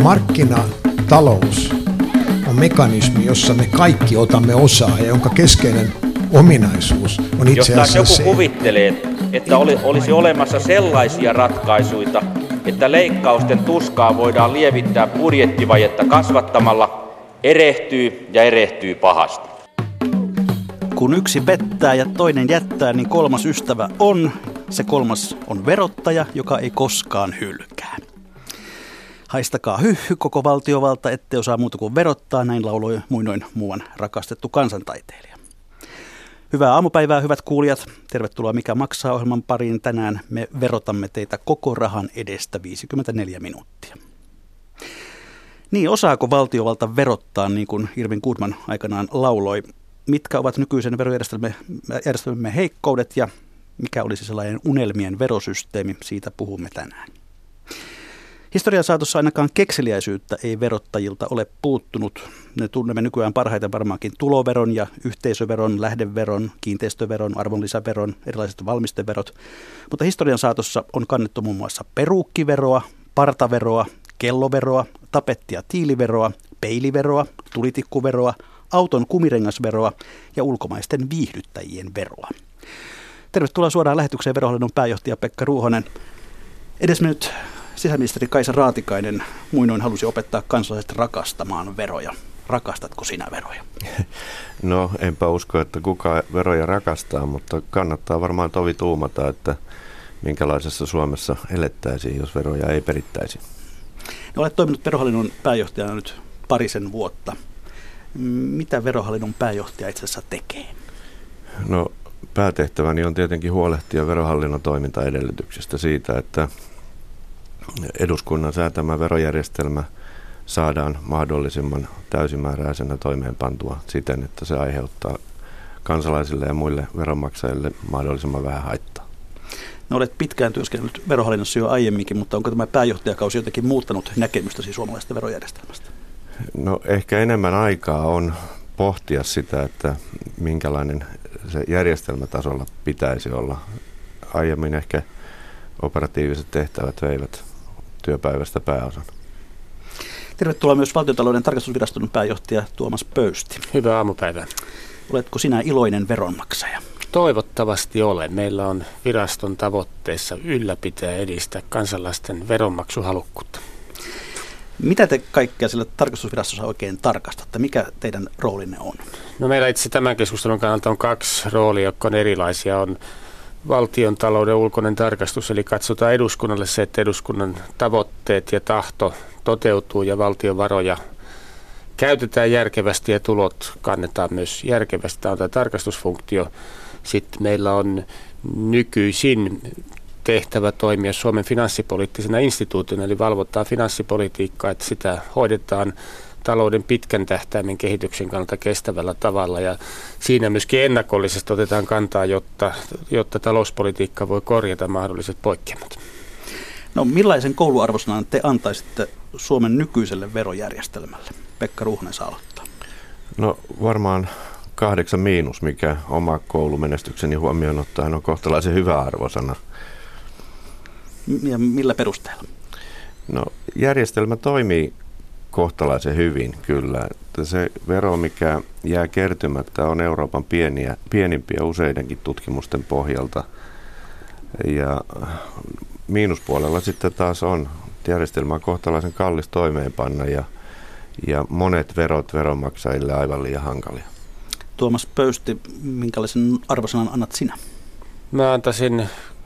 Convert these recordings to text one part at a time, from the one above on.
Markkinatalous on mekanismi, jossa me kaikki otamme osaa ja jonka keskeinen ominaisuus on itse asiassa jos se. Joku kuvittelee, että olisi olemassa sellaisia ratkaisuja, että leikkausten tuskaa voidaan lievittää budjettivajetta kasvattamalla, erehtyy pahasti. Kun yksi pettää ja toinen jättää, niin kolmas ystävä on. Se kolmas on verottaja, joka ei koskaan hylkää. Haistakaa hyhy koko valtiovalta, ette osaa muuta kuin verottaa, näin lauloi muinoin muuan rakastettu kansantaiteilija. Hyvää aamupäivää, hyvät kuulijat. Tervetuloa Mikä maksaa -ohjelman pariin. Tänään me verotamme teitä koko rahan edestä 54 minuuttia. Niin, osaako valtiovalta verottaa, niin kuin Irvin Goodman aikanaan lauloi? Mitkä ovat nykyisen verojärjestelmämme heikkoudet ja mikä olisi sellainen unelmien verosysteemi? Siitä puhumme tänään. Historian saatossa ainakaan kekseliäisyyttä ei verottajilta ole puuttunut. Ne tunnemme nykyään parhaiten varmaankin tuloveron ja yhteisöveron, lähdeveron, kiinteistöveron, arvonlisäveron, erilaiset valmisteverot. Mutta historian saatossa on kannettu muun muassa peruukkiveroa, partaveroa, kelloveroa, tapetti- ja tiiliveroa, peiliveroa, tulitikkuveroa, auton kumirengasveroa ja ulkomaisten viihdyttäjien veroa. Tervetuloa suoraan lähetykseen Verohallinnon pääjohtaja Pekka Ruohonen. Edesmennyt sisäministeri Kaisa Raatikainen muinoin halusi opettaa kansalaiset rakastamaan veroja. Rakastatko sinä veroja? No, enpä usko, että kukaan veroja rakastaa, mutta kannattaa varmaan tovi tuumata, että minkälaisessa Suomessa elettäisiin, jos veroja ei perittäisi. No, olet toiminut Verohallinnon pääjohtajana nyt parisen vuotta. Mitä Verohallinnon pääjohtaja itse asiassa tekee? No, päätehtäväni on tietenkin huolehtia Verohallinnon toimintaedellytyksistä siitä, että eduskunnan säätämä verojärjestelmä saadaan mahdollisimman täysimääräisenä toimeenpantua siten, että se aiheuttaa kansalaisille ja muille veronmaksajille mahdollisimman vähän haittaa. No, olet pitkään työskennellyt Verohallinnossa jo aiemminkin, mutta onko tämä pääjohtajakausi jotenkin muuttanut näkemystäsi suomalaisesta verojärjestelmästä? No, ehkä enemmän aikaa on pohtia sitä, että minkälainen se järjestelmätasolla pitäisi olla. Aiemmin ehkä operatiiviset tehtävät veivät työpäivästä pääosan. Tervetuloa myös Valtiontalouden tarkastusviraston pääjohtaja Tuomas Pöysti. Hyvää aamupäivää. Oletko sinä iloinen veronmaksaja? Toivottavasti olen. Meillä on viraston tavoitteessa ylläpitää ja edistää kansalaisten veronmaksuhalukkuutta. Mitä te kaikkea sillä tarkastusvirastossa oikein tarkastatte? Mikä teidän roolinne on? No, meillä itse tämän keskustelun kannalta on kaksi roolia, jotka on erilaisia. On valtion talouden ulkoinen tarkastus, eli katsotaan eduskunnalle se, että eduskunnan tavoitteet ja tahto toteutuu ja valtion varoja käytetään järkevästi ja tulot kannetaan myös järkevästi. Tämä on tämä tarkastusfunktio. Sitten meillä on nykyisin tehtävä toimia Suomen finanssipoliittisena instituutiona, eli valvotaan finanssipolitiikkaa, että sitä hoidetaan talouden pitkän tähtäimen kehityksen kannalta kestävällä tavalla, ja siinä myöskin ennakollisesti otetaan kantaa, jotta talouspolitiikka voi korjata mahdolliset poikkeamat. No, millaisen kouluarvosanan te antaisitte Suomen nykyiselle verojärjestelmälle? Pekka Ruohonen saa aloittaa. No, varmaan 8-, mikä oma koulumenestykseni huomioon ottaen on kohtalaisen hyvä arvosana. Ja millä perusteella? No, järjestelmä toimii kohtalaisen hyvin kyllä. Että se vero, mikä jää kertymättä, on Euroopan pienimpiä useidenkin tutkimusten pohjalta. Ja miinuspuolella sitten taas on, järjestelmä on kohtalaisen kallis toimeenpanna ja monet verot veronmaksajille aivan liian hankalia. Tuomas Pöysti, minkälaisen arvosanan annat sinä? Mä antaisin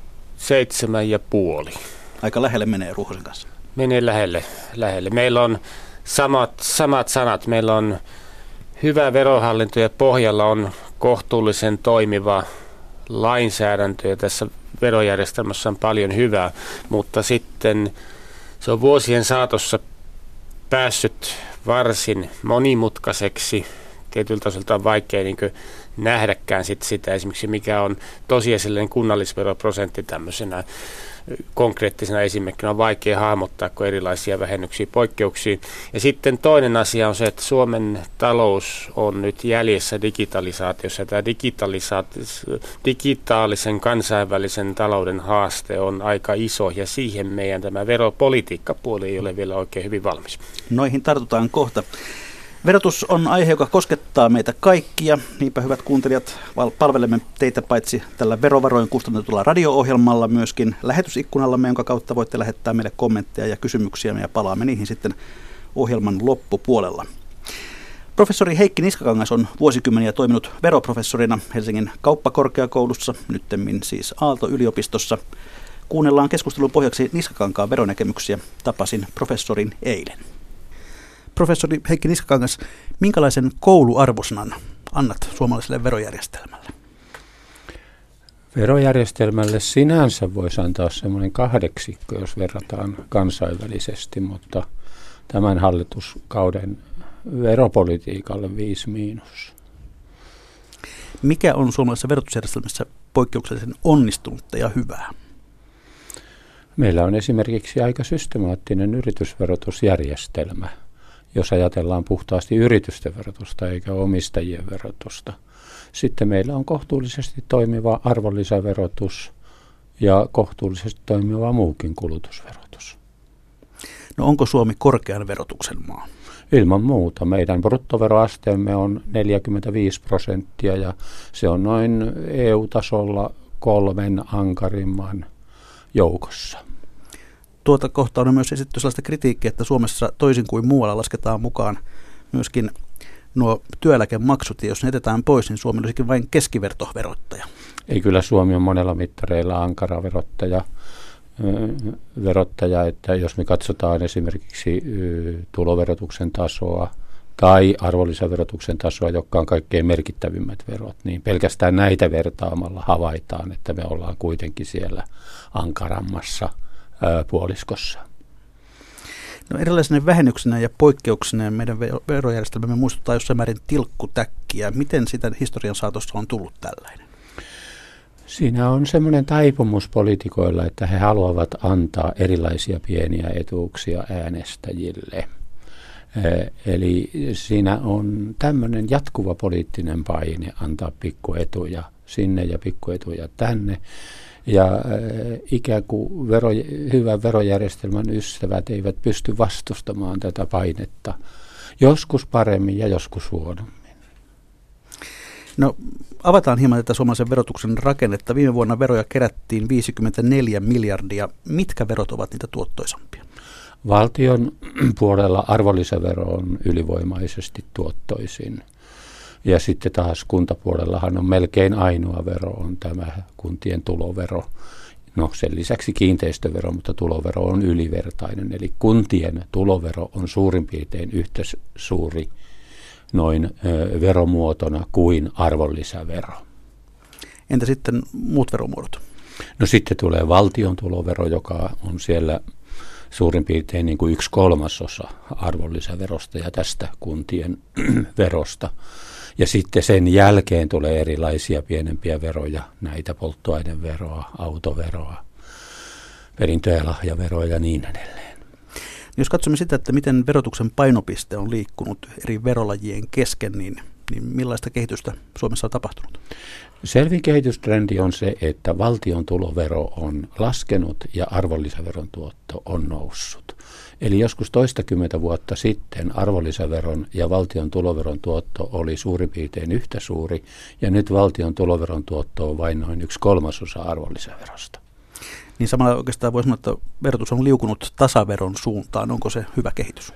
7,5. Aika lähelle menee Ruohosen kanssa. Menee lähelle. Meillä on samat sanat. Meillä on hyvä verohallinto ja pohjalla on kohtuullisen toimiva lainsäädäntö ja tässä verojärjestelmässä on paljon hyvää, mutta sitten se on vuosien saatossa päässyt varsin monimutkaiseksi. tietyllä tasolta on vaikea niin nähdäkään sitä esimerkiksi, mikä on tosiasiallinen kunnallisveroprosentti tämmöisenä konkreettisena esimerkkinä. On vaikea hahmottaa, kun erilaisia vähennyksiä, poikkeuksia. Ja sitten toinen asia on se, että Suomen talous on nyt jäljessä digitalisaatiossa. Tämä digitaalisen kansainvälisen talouden haaste on aika iso, ja siihen meidän tämä veropolitiikkapuoli ei ole vielä oikein hyvin valmis. Noihin tartutaan kohta. Verotus on aihe, joka koskettaa meitä kaikkia. Niinpä, hyvät kuuntelijat, palvelemme teitä paitsi tällä verovaroin kustannetulla radio-ohjelmalla myöskin lähetysikkunallamme, jonka kautta voitte lähettää meille kommentteja ja kysymyksiä, ja palaamme niihin sitten ohjelman loppupuolella. Professori Heikki Niskakangas on vuosikymmeniä toiminut veroprofessorina Helsingin kauppakorkeakoulussa, nyttemmin siis Aalto-yliopistossa. Kuunnellaan keskustelun pohjaksi Niskakankaan veronäkemyksiä. Tapasin professorin eilen. Professori Heikki Niskakangas, minkälaisen kouluarvosanan annat suomalaiselle verojärjestelmälle? Verojärjestelmälle sinänsä voisi antaa semmoinen 8, jos verrataan kansainvälisesti, mutta tämän hallituskauden veropolitiikalle 5-. Mikä on suomalaisessa verotusjärjestelmässä poikkeuksellisen onnistunutta ja hyvää? Meillä on esimerkiksi aika systemaattinen yritysverotusjärjestelmä, jos ajatellaan puhtaasti yritysten verotusta eikä omistajien verotusta. Sitten meillä on kohtuullisesti toimiva arvonlisäverotus ja kohtuullisesti toimiva muukin kulutusverotus. No onko Suomi korkean verotuksen maa? Ilman muuta. Meidän bruttoveroasteemme on 45% ja se on noin EU-tasolla 3 ankarimman joukossa. Tuota kohtaa on myös esitetty sellaista kritiikkiä, että Suomessa toisin kuin muualla lasketaan mukaan myöskin nuo työeläkemaksut, ja jos ne jätetään pois, niin Suomi olisikin vain keskivertoverottaja. Ei, kyllä Suomi on monella mittareilla ankara verottaja, että jos me katsotaan esimerkiksi tuloverotuksen tasoa tai arvonlisäverotuksen tasoa, joka on kaikkein merkittävimmät verot, niin pelkästään näitä vertaamalla havaitaan, että me ollaan kuitenkin siellä ankarammassa puoliskossa. No erilaisena vähennyksenä ja poikkeuksena meidän verojärjestelmämme muistuttaa jossain määrin tilkkutäkkiä. Miten sitä historian saatossa on tullut tällainen? Siinä on semmoinen taipumus poliitikoilla, että he haluavat antaa erilaisia pieniä etuuksia äänestäjille. Eli siinä on tämmöinen jatkuva poliittinen paine antaa pikkuetuja sinne ja pikkuetuja tänne. Ja ikään kuin hyvän verojärjestelmän ystävät eivät pysty vastustamaan tätä painetta. Joskus paremmin ja joskus huonommin. No avataan hieman tätä suomalaisen verotuksen rakennetta. Viime vuonna veroja kerättiin 54 miljardia. Mitkä verot ovat niitä tuottoisampia? Valtion puolella arvonlisävero on ylivoimaisesti tuottoisin. Ja sitten taas kuntapuolellahan on melkein ainoa vero, on tämä kuntien tulovero. No sen lisäksi kiinteistövero, mutta tulovero on ylivertainen. Eli kuntien tulovero on suurin piirtein yhtä suuri noin veromuotona kuin arvonlisävero. Entä sitten muut veromuodot? No sitten tulee valtion tulovero, joka on siellä suurin piirtein niin kuin 1/3 arvonlisäverosta ja tästä kuntien verosta. Ja sitten sen jälkeen tulee erilaisia pienempiä veroja, näitä polttoaineveroa, autoveroa, perintö- ja lahjaveroa ja niin edelleen. Jos katsomme sitä, että miten verotuksen painopiste on liikkunut eri verolajien kesken, niin millaista kehitystä Suomessa on tapahtunut? Selvin kehitystrendi on se, että valtion tulovero on laskenut ja arvonlisäveron tuotto on noussut. Eli joskus toistakymmentä vuotta sitten arvonlisäveron ja valtion tuloveron tuotto oli suurin piirtein yhtä suuri, ja nyt valtion tuloveron tuotto on vain noin 1/3 arvonlisäverosta. Niin samalla oikeastaan voi sanoa, että verotus on liukunut tasaveron suuntaan. Onko se hyvä kehitys?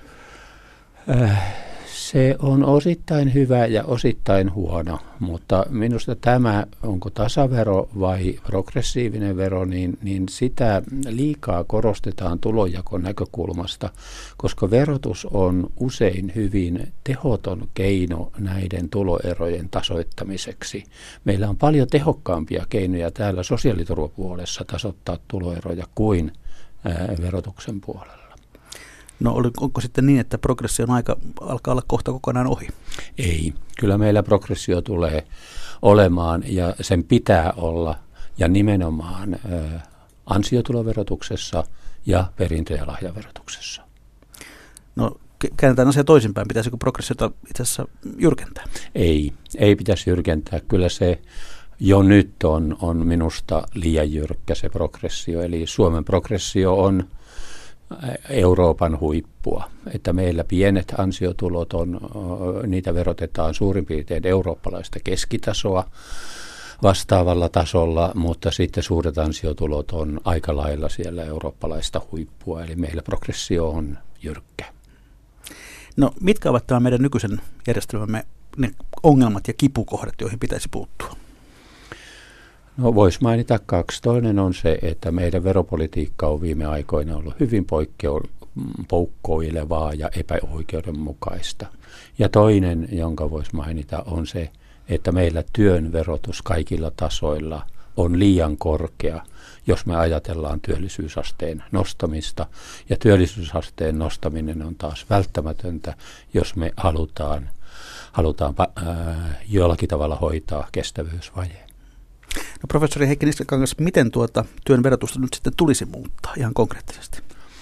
Se on osittain hyvä ja osittain huono, mutta minusta tämä, onko tasavero vai progressiivinen vero, niin sitä liikaa korostetaan tulonjakon näkökulmasta, koska verotus on usein hyvin tehoton keino näiden tuloerojen tasoittamiseksi. Meillä on paljon tehokkaampia keinoja täällä sosiaaliturvapuolessa tasoittaa tuloeroja kuin verotuksen puolella. No onko sitten niin, että progression aika alkaa olla kohta kokonaan ohi? Ei. Kyllä meillä progressio tulee olemaan ja sen pitää olla ja nimenomaan ansiotuloverotuksessa ja perintö- ja lahjaverotuksessa. No käännetään asia toisinpäin. Pitäisikö progressiota itse asiassa jyrkentää? Ei pitäisi jyrkentää. Kyllä se jo nyt on minusta liian jyrkkä se progressio. Eli Suomen progressio on Euroopan huippua. Että meillä pienet ansiotulot niitä verotetaan suurin piirtein eurooppalaista keskitasoa vastaavalla tasolla, mutta sitten suuret ansiotulot on aika lailla siellä eurooppalaista huippua. Eli meillä progressio on jyrkkä. No mitkä ovat tämän meidän nykyisen järjestelmämme ne ongelmat ja kipukohdat, joihin pitäisi puuttua? No voisi mainita kaksi. Toinen on se, että meidän veropolitiikka on viime aikoina ollut hyvin poukkoilevaa ja epäoikeudenmukaista. Ja toinen, jonka voisi mainita, on se, että meillä työn verotus kaikilla tasoilla on liian korkea, jos me ajatellaan työllisyysasteen nostamista. Ja työllisyysasteen nostaminen on taas välttämätöntä, jos me halutaan jollakin tavalla hoitaa kestävyysvaje. No professori Heikki Niskakangas, miten työn verotusta nyt sitten tulisi muuttaa ihan konkreettisesti?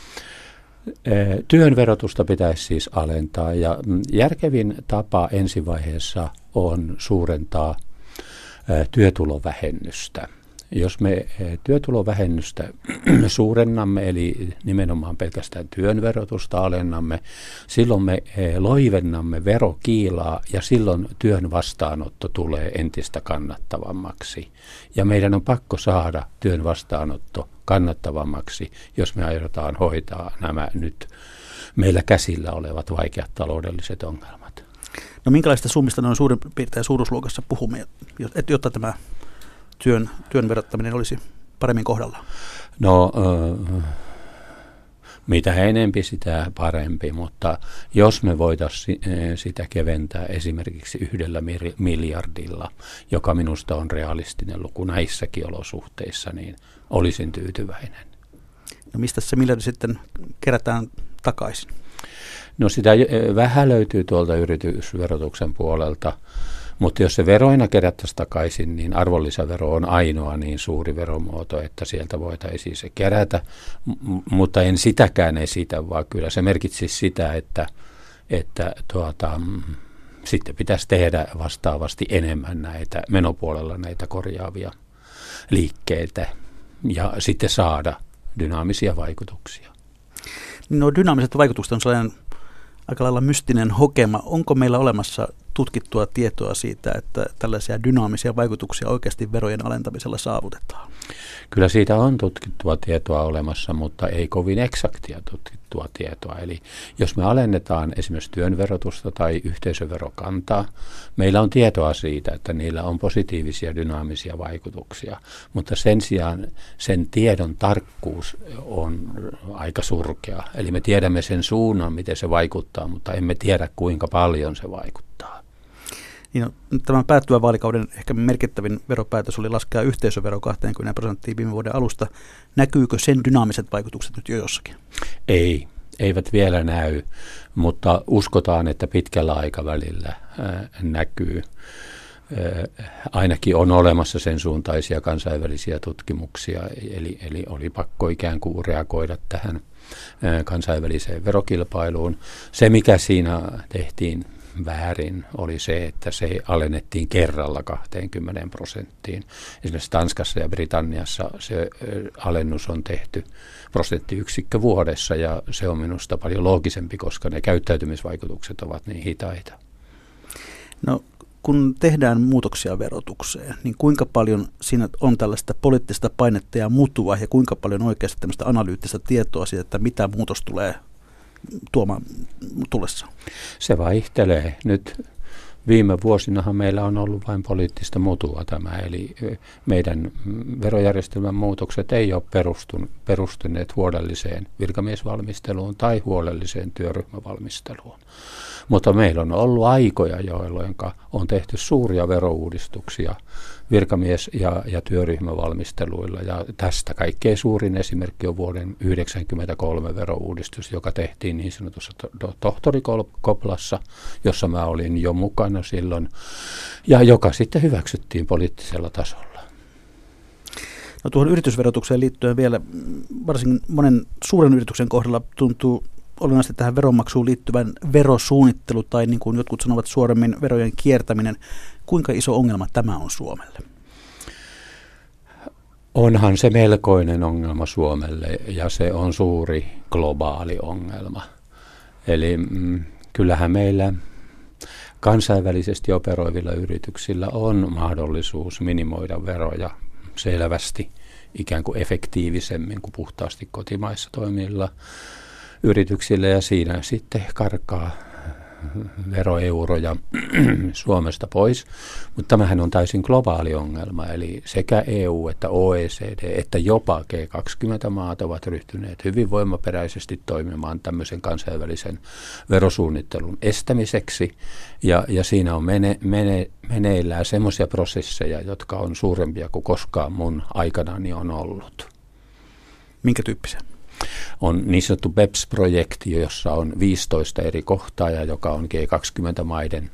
Työn verotusta pitäisi siis alentaa ja järkevin tapa ensivaiheessa on suurentaa työtulovähennystä. Jos me työtulovähennystä suurennamme, eli nimenomaan pelkästään työn verotusta alennamme, silloin me loivennamme verokiilaa ja silloin työn vastaanotto tulee entistä kannattavammaksi. Ja meidän on pakko saada työn vastaanotto kannattavammaksi, jos me aiotaan hoitaa nämä nyt meillä käsillä olevat vaikeat taloudelliset ongelmat. No minkälaista summista noin suurin piirtein suuruusluokassa puhumme, jotta tämä työn verottaminen olisi paremmin kohdalla? No mitä enempi sitä parempi, mutta jos me voitaisiin sitä keventää esimerkiksi 1 miljardilla, joka minusta on realistinen luku näissäkin olosuhteissa, niin olisin tyytyväinen. No mistä se miljardi sitten kerätään takaisin? No sitä vähän löytyy tuolta yritysverotuksen puolelta. Mutta jos se veroina kerättäisiin takaisin, niin arvonlisävero on ainoa niin suuri veromuoto, että sieltä voitaisiin se kerätä. Mutta en sitäkään esitä, vaan kyllä se merkitsisi sitä, että sitten pitäisi tehdä vastaavasti enemmän näitä menopuolella näitä korjaavia liikkeitä ja sitten saada dynaamisia vaikutuksia. No dynaamiset vaikutukset on sellainen aika lailla mystinen hokema. Onko meillä olemassa tutkittua tietoa siitä, että tällaisia dynaamisia vaikutuksia oikeasti verojen alentamisella saavutetaan? Kyllä siitä on tutkittua tietoa olemassa, mutta ei kovin eksaktia tutkittua tietoa. Eli jos me alennetaan esimerkiksi työn verotusta tai yhteisöverokantaa, meillä on tietoa siitä, että niillä on positiivisia dynaamisia vaikutuksia, mutta sen sijaan sen tiedon tarkkuus on aika surkea. Eli me tiedämme sen suunnan, miten se vaikuttaa, mutta emme tiedä, kuinka paljon se vaikuttaa. Niin tämän päättyvän vaalikauden ehkä merkittävin veropäätös oli laskea yhteisövero 20% viime vuoden alusta. Näkyykö sen dynaamiset vaikutukset nyt jo jossakin? Eivät vielä näy, mutta uskotaan, että pitkällä aikavälillä näkyy. Ainakin on olemassa sen suuntaisia kansainvälisiä tutkimuksia, eli oli pakko ikään kuin reagoida tähän kansainväliseen verokilpailuun. Se, mikä siinä tehtiin väärin, oli se, että se alennettiin kerralla 20%. Esimerkiksi Tanskassa ja Britanniassa se alennus on tehty prosenttiyksikkö vuodessa, ja se on minusta paljon loogisempi, koska ne käyttäytymisvaikutukset ovat niin hitaita. No, kun tehdään muutoksia verotukseen, niin kuinka paljon siinä on tällaista poliittista painetta ja mutua, ja kuinka paljon oikeasti tämmöistä analyyttistä tietoa siitä, että mitä muutos tulee tuomaan tullessa? Se vaihtelee. Nyt viime vuosinahan meillä on ollut vain poliittista mutua tämä, eli meidän verojärjestelmän muutokset ei ole perustuneet huolelliseen virkamiesvalmisteluun tai huolelliseen työryhmävalmisteluun. Mutta meillä on ollut aikoja, jolloin on tehty suuria verouudistuksia virkamies- ja työryhmävalmisteluilla. Ja tästä kaikkein suurin esimerkki on vuoden 1993 verouudistus, joka tehtiin niin sanotussa tohtorikoplassa, jossa mä olin jo mukana silloin, ja joka sitten hyväksyttiin poliittisella tasolla. No tuohon yritysverotukseen liittyen vielä varsin monen suuren yrityksen kohdalla tuntuu olennaisesti tähän veronmaksuun liittyvän verosuunnittelu tai niin kuin jotkut sanovat suoremmin verojen kiertäminen. Kuinka iso ongelma tämä on Suomelle? Onhan se melkoinen ongelma Suomelle ja se on suuri globaali ongelma. Eli kyllähän meillä kansainvälisesti operoivilla yrityksillä on mahdollisuus minimoida veroja selvästi ikään kuin efektiivisemmin kuin puhtaasti kotimaissa toimilla yrityksillä, ja siinä sitten karkaa veroeuroja Suomesta pois. Mutta tämähän on täysin globaali ongelma, eli sekä EU että OECD että jopa G20-maat ovat ryhtyneet hyvin voimaperäisesti toimimaan tämmöisen kansainvälisen verosuunnittelun estämiseksi, ja siinä on meneillään semmoisia prosesseja, jotka on suurempia kuin koskaan mun aikanaani on ollut. Minkä tyyppisiä? On niin sanottu BEPS-projekti, jossa on 15 eri kohtaa ja joka on G20-maiden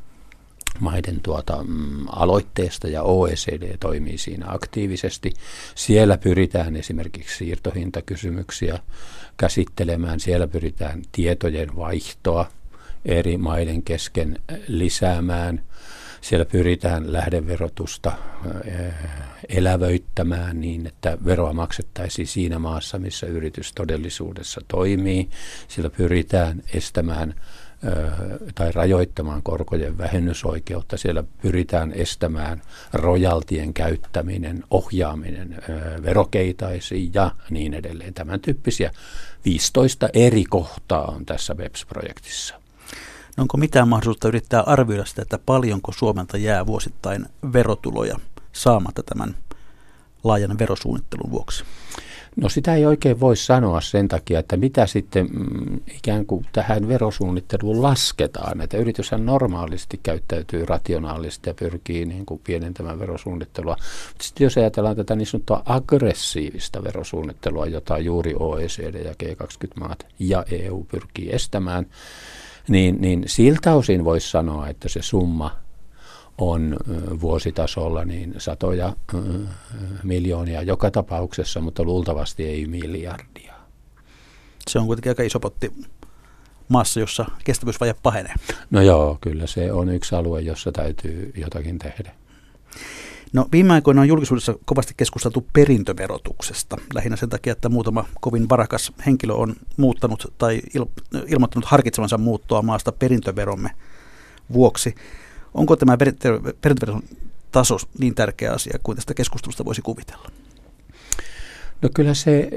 aloitteesta, ja OECD toimii siinä aktiivisesti. Siellä pyritään esimerkiksi siirtohintakysymyksiä käsittelemään, siellä pyritään tietojen vaihtoa eri maiden kesken lisäämään. Siellä pyritään lähdeverotusta elävöittämään niin, että veroa maksettaisiin siinä maassa, missä yritys todellisuudessa toimii. Siellä pyritään estämään tai rajoittamaan korkojen vähennysoikeutta. Siellä pyritään estämään rojaltien käyttäminen, ohjaaminen verokeitaisiin ja niin edelleen. Tämän tyyppisiä 15 eri kohtaa on tässä BEPS-projektissa. No onko mitään mahdollisuutta yrittää arvioida sitä, että paljonko Suomelta jää vuosittain verotuloja saamatta tämän laajan verosuunnittelun vuoksi? No sitä ei oikein voi sanoa sen takia, että mitä sitten ikään kuin tähän verosuunnitteluun lasketaan. Että yrityshän normaalisti käyttäytyy rationaalisesti ja pyrkii niin kuin pienentämään verosuunnittelua. Mutta sitten jos ajatellaan tätä niin sanottua aggressiivista verosuunnittelua, jota juuri OECD ja G20-maat ja EU pyrkii estämään, niin siltä osin voisi sanoa, että se summa on vuositasolla niin satoja miljoonia joka tapauksessa, mutta luultavasti ei miljardia. Se on kuitenkin aika iso potti maassa, jossa kestävyysvaje pahenee. No joo, kyllä se on yksi alue, jossa täytyy jotakin tehdä. No viime aikoina on julkisuudessa kovasti keskusteltu perintöverotuksesta, lähinnä sen takia, että muutama kovin varakas henkilö on muuttanut tai ilmoittanut harkitsevansa muuttoa maasta perintöveromme vuoksi. Onko tämä perintöveron taso niin tärkeä asia kuin tästä keskustelusta voisi kuvitella? No kyllä se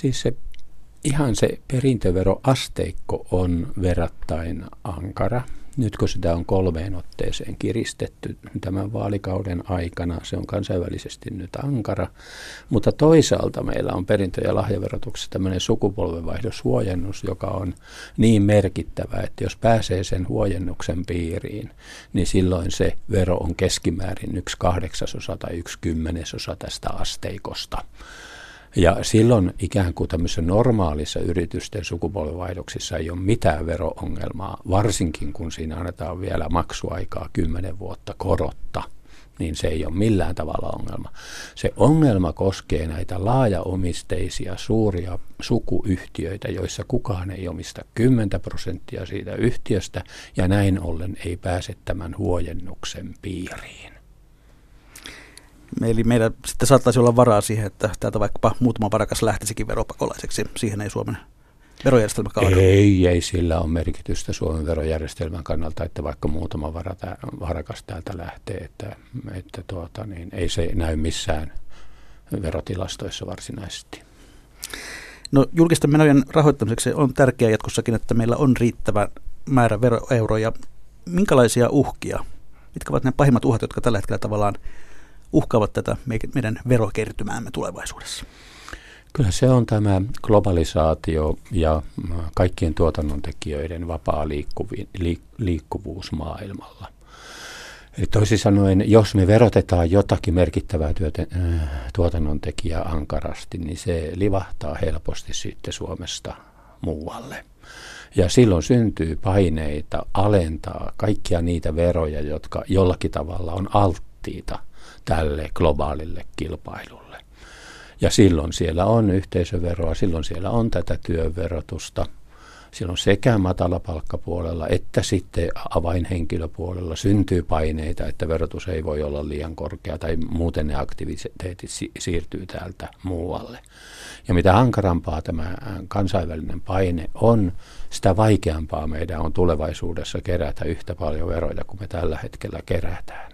perintöveroasteikko on verrattain ankara. Nyt kun sitä on 3 otteeseen kiristetty tämän vaalikauden aikana, se on kansainvälisesti nyt ankara, mutta toisaalta meillä on perintö- ja lahjaverotuksessa tämmöinen sukupolvenvaihdoshuojennus, joka on niin merkittävä, että jos pääsee sen huojennuksen piiriin, niin silloin se vero on keskimäärin 1/8 tai 1/10 tästä asteikosta. Ja silloin ikään kuin tämmöisessä normaalissa yritysten sukupolvenvaihdoksissa ei ole mitään vero-ongelmaa, varsinkin kun siinä annetaan vielä maksuaikaa 10 vuotta korotta, niin se ei ole millään tavalla ongelma. Se ongelma koskee näitä laajaomisteisia suuria sukuyhtiöitä, joissa kukaan ei omista 10% siitä yhtiöstä ja näin ollen ei pääse tämän huojennuksen piiriin. Eli meillä sitten saattaisi olla varaa siihen, että täältä vaikkapa muutama varakas lähtisikin veropakolaiseksi. Siihen ei Suomen verojärjestelmä kaada. Ei sillä ole merkitystä Suomen verojärjestelmän kannalta, että vaikka muutama varakas täältä lähtee, että ei se näy missään verotilastoissa varsinaisesti. No julkisten menojen rahoittamiseksi on tärkeää jatkossakin, että meillä on riittävä määrä veroeuroja. Minkälaisia uhkia? Mitkä ovat ne pahimmat uhat, jotka tällä hetkellä tavallaan uhkaavat tätä meidän verokertymäämme tulevaisuudessa? Kyllä se on tämä globalisaatio ja kaikkien tuotannontekijöiden vapaa liikkuvuus maailmalla. Eli toisin sanoen, jos me verotetaan jotakin merkittävää tuotannontekijää ankarasti, niin se livahtaa helposti sitten Suomesta muualle. Ja silloin syntyy paineita alentaa kaikkia niitä veroja, jotka jollakin tavalla on alttiita tälle globaalille kilpailulle. Ja silloin siellä on yhteisöveroa, silloin siellä on tätä työverotusta. Silloin sekä matalapalkkapuolella että sitten avainhenkilöpuolella syntyy paineita, että verotus ei voi olla liian korkea tai muuten ne aktiviteetit siirtyy täältä muualle. Ja mitä ankarampaa tämä kansainvälinen paine on, sitä vaikeampaa meidän on tulevaisuudessa kerätä yhtä paljon veroja kuin me tällä hetkellä kerätään.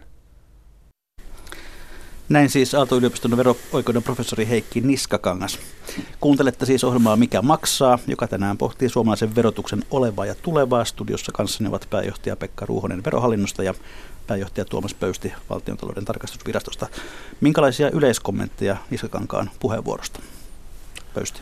Näin siis Aalto-yliopiston vero-oikeuden professori Heikki Niskakangas. Kuuntelette siis ohjelmaa Mikä maksaa, joka tänään pohtii suomalaisen verotuksen olevaa ja tulevaa. Studiossa kanssani ovat pääjohtaja Pekka Ruohonen Verohallinnosta ja pääjohtaja Tuomas Pöysti Valtiontalouden tarkastusvirastosta. Minkälaisia yleiskommentteja Niskakankaan puheenvuorosta? Pöysti.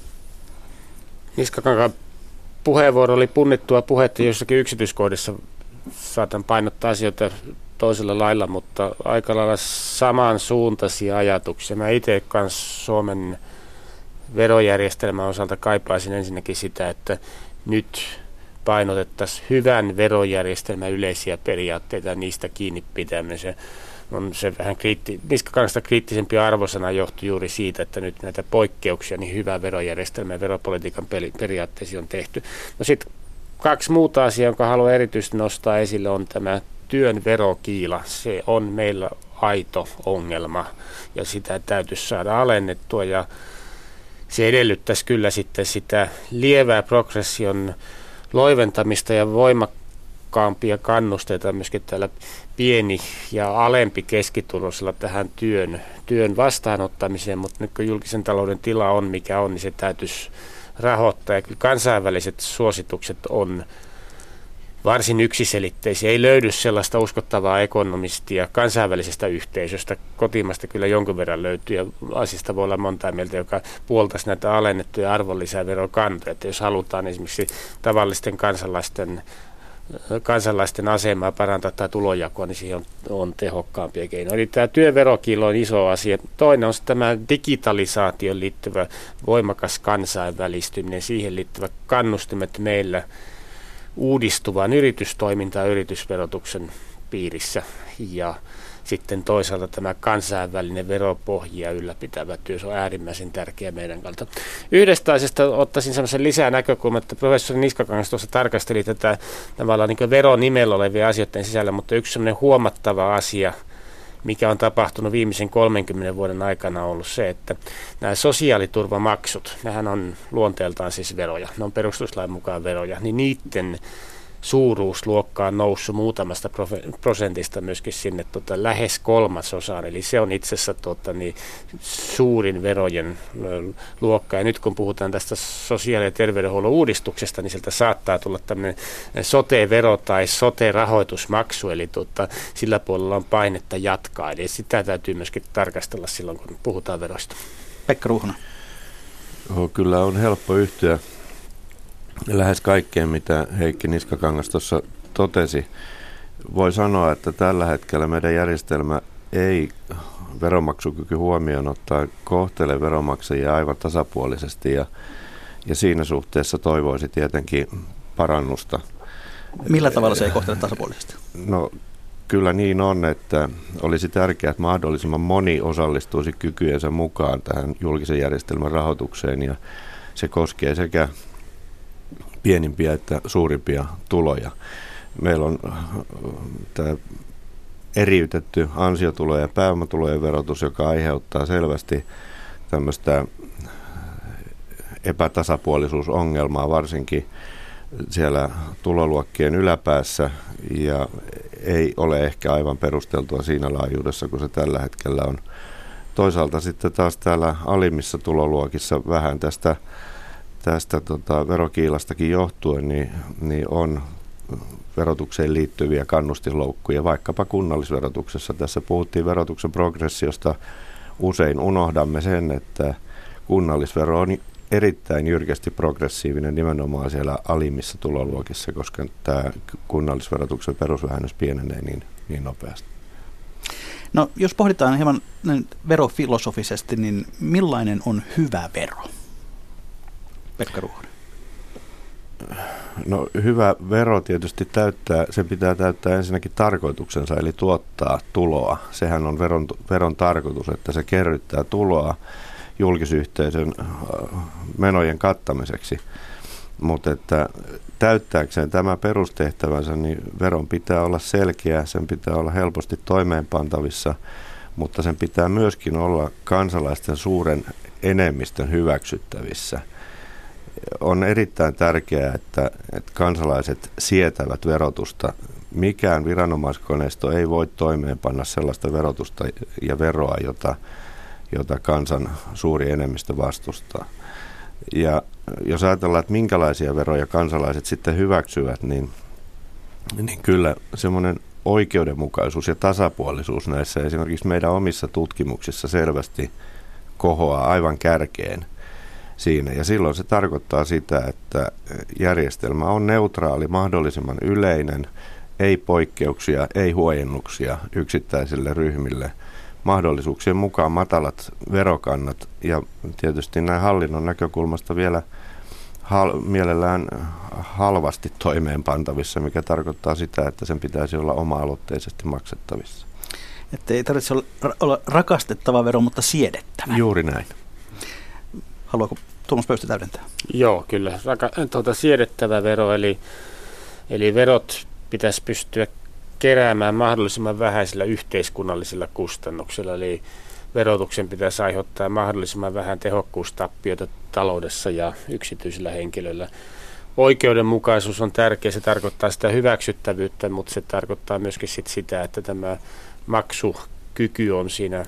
Niskakankaan puheenvuoro oli punnittua puhetta, jossakin yksityiskohdissa saatan painottaa asioita toisella lailla, mutta aika lailla samansuuntaisia ajatuksia. Mä itse kanssa Suomen verojärjestelmän osalta kaipaisin ensinnäkin sitä, että nyt painotettaisiin hyvän verojärjestelmän yleisiä periaatteita ja niistä kiinni pitämisen. On se vähän Niskakangasta kriittisempi arvosana johtui juuri siitä, että nyt näitä poikkeuksia niin hyvän verojärjestelmän ja veropolitiikan periaatteisiin on tehty. No sitten kaksi muuta asiaa, jonka haluan erityisesti nostaa esille, on tämä työn verokiila. Se on meillä aito ongelma ja sitä täytyisi saada alennettua ja se edellyttäisi kyllä sitten sitä lievää progression loiventamista ja voimakkaampia kannusteita myöskin täällä pieni ja alempi keskituloisella tähän työn vastaanottamiseen, mutta nyt kun julkisen talouden tila on mikä on, niin se täytyisi rahoittaa ja kyllä kansainväliset suositukset on varsin yksiselitteisiä. Ei löydy sellaista uskottavaa ekonomistia kansainvälisestä yhteisöstä. Kotimasta kyllä jonkun verran löytyy ja asiasta voi olla monta mieltä, joka puoltaisi näitä alennettuja arvonlisäverokantoja. Että jos halutaan esimerkiksi tavallisten kansalaisten asemaa parantaa tai tulonjakoa, niin siihen on tehokkaampia keinoja. Eli tämä työverokiilo on iso asia. Toinen on tämä digitalisaatioon liittyvä voimakas kansainvälistyminen, siihen liittyvä kannustimet meillä uudistuvaan yritystoimintaan yritysverotuksen piirissä ja sitten toisaalta tämä kansainvälinen veropohjia ylläpitävä työ, se on äärimmäisen tärkeä meidän kannalta. Yhdestä asiasta ottaisin sellaisen lisää näkökulmaa, että professori Niskakangas tuossa tarkasteli tätä tavallaan niin veronimellä olevia asioiden sisällä, mutta yksi sellainen huomattava asia, mikä on tapahtunut viimeisen 30 vuoden aikana, on ollut se, että nämä sosiaaliturvamaksut, nehän on luonteeltaan siis veroja, ne on perustuslain mukaan veroja, niin niiden suuruusluokka on noussut muutamasta prosentista myöskin sinne lähes 3%, eli se on itse asiassa suurin verojen luokka. Ja nyt kun puhutaan tästä sosiaali- ja terveydenhuollon uudistuksesta, niin sieltä saattaa tulla tämmöinen sote-vero tai sote-rahoitusmaksu, eli sillä puolella on painetta jatkaa, eli sitä täytyy myöskin tarkastella silloin, kun puhutaan veroista. Pekka Ruohonen. Kyllä on helppo yhtyä lähes kaikkeen, mitä Heikki Niskakangas tuossa totesi. Voi sanoa, että tällä hetkellä meidän järjestelmä ei veronmaksukyky huomioon ottaa kohtele veronmaksajia aivan tasapuolisesti ja siinä suhteessa toivoisi tietenkin parannusta. Millä tavalla se ei kohtele tasapuolisesti? No kyllä niin on, että olisi tärkeää, että mahdollisimman moni osallistuisi kykyjensä mukaan tähän julkisen järjestelmän rahoitukseen ja se koskee sekä pienimpiä että suurimpia tuloja. Meillä on tämä eriytetty ansiotulojen ja pääomatulojen verotus, joka aiheuttaa selvästi tämmöistä epätasapuolisuusongelmaa, varsinkin siellä tuloluokkien yläpäässä, ja ei ole ehkä aivan perusteltua siinä laajuudessa, kun se tällä hetkellä on. Toisaalta sitten taas täällä alimmissa tuloluokissa vähän tästä verokiilastakin johtuen, niin on verotukseen liittyviä kannustinloukkuja, vaikkapa kunnallisverotuksessa. Tässä puhuttiin verotuksen progressiosta. Usein unohdamme sen, että kunnallisvero on erittäin jyrkästi progressiivinen nimenomaan siellä alimmissa tuloluokissa, koska tämä kunnallisverotuksen perusvähennys pienenee niin niin nopeasti. No, jos pohditaan hieman verofilosofisesti, niin millainen on hyvä vero? Pekka Ruohonen. No, hyvä vero tietysti sen pitää täyttää ensinnäkin tarkoituksensa, eli tuottaa tuloa. Sehän on veron tarkoitus, että se kerryttää tuloa julkisyhteisön menojen kattamiseksi. Mutta että täyttääkseen tämä perustehtävänsä, niin veron pitää olla selkeä, sen pitää olla helposti toimeenpantavissa, mutta sen pitää myöskin olla kansalaisten suuren enemmistön hyväksyttävissä. On erittäin tärkeää, että kansalaiset sietävät verotusta. Mikään viranomaiskoneisto ei voi toimeenpanna sellaista verotusta ja veroa, jota kansan suuri enemmistö vastustaa. Ja jos ajatellaan, että minkälaisia veroja kansalaiset sitten hyväksyvät, niin kyllä semmoinen oikeudenmukaisuus ja tasapuolisuus näissä esimerkiksi meidän omissa tutkimuksissa selvästi kohoaa aivan kärkeen siinä. Ja silloin se tarkoittaa sitä, että järjestelmä on neutraali, mahdollisimman yleinen, ei poikkeuksia, ei huojennuksia yksittäisille ryhmille. Mahdollisuuksien mukaan matalat verokannat ja tietysti näin hallinnon näkökulmasta vielä mielellään halvasti toimeenpantavissa, mikä tarkoittaa sitä, että sen pitäisi olla oma-aloitteisesti maksettavissa. Että ei tarvitse olla rakastettava vero, mutta siedettävä. Juuri näin. Haluaako Tuomas Pöysti täydentää? Joo, kyllä. Siedettävä vero, eli verot pitäisi pystyä keräämään mahdollisimman vähäisillä yhteiskunnallisilla kustannuksilla, eli verotuksen pitäisi aiheuttaa mahdollisimman vähän tehokkuustappioita taloudessa ja yksityisillä henkilöillä. Oikeudenmukaisuus on tärkeä, se tarkoittaa sitä hyväksyttävyyttä, mutta se tarkoittaa myöskin sitä, että tämä maksukyky on siinä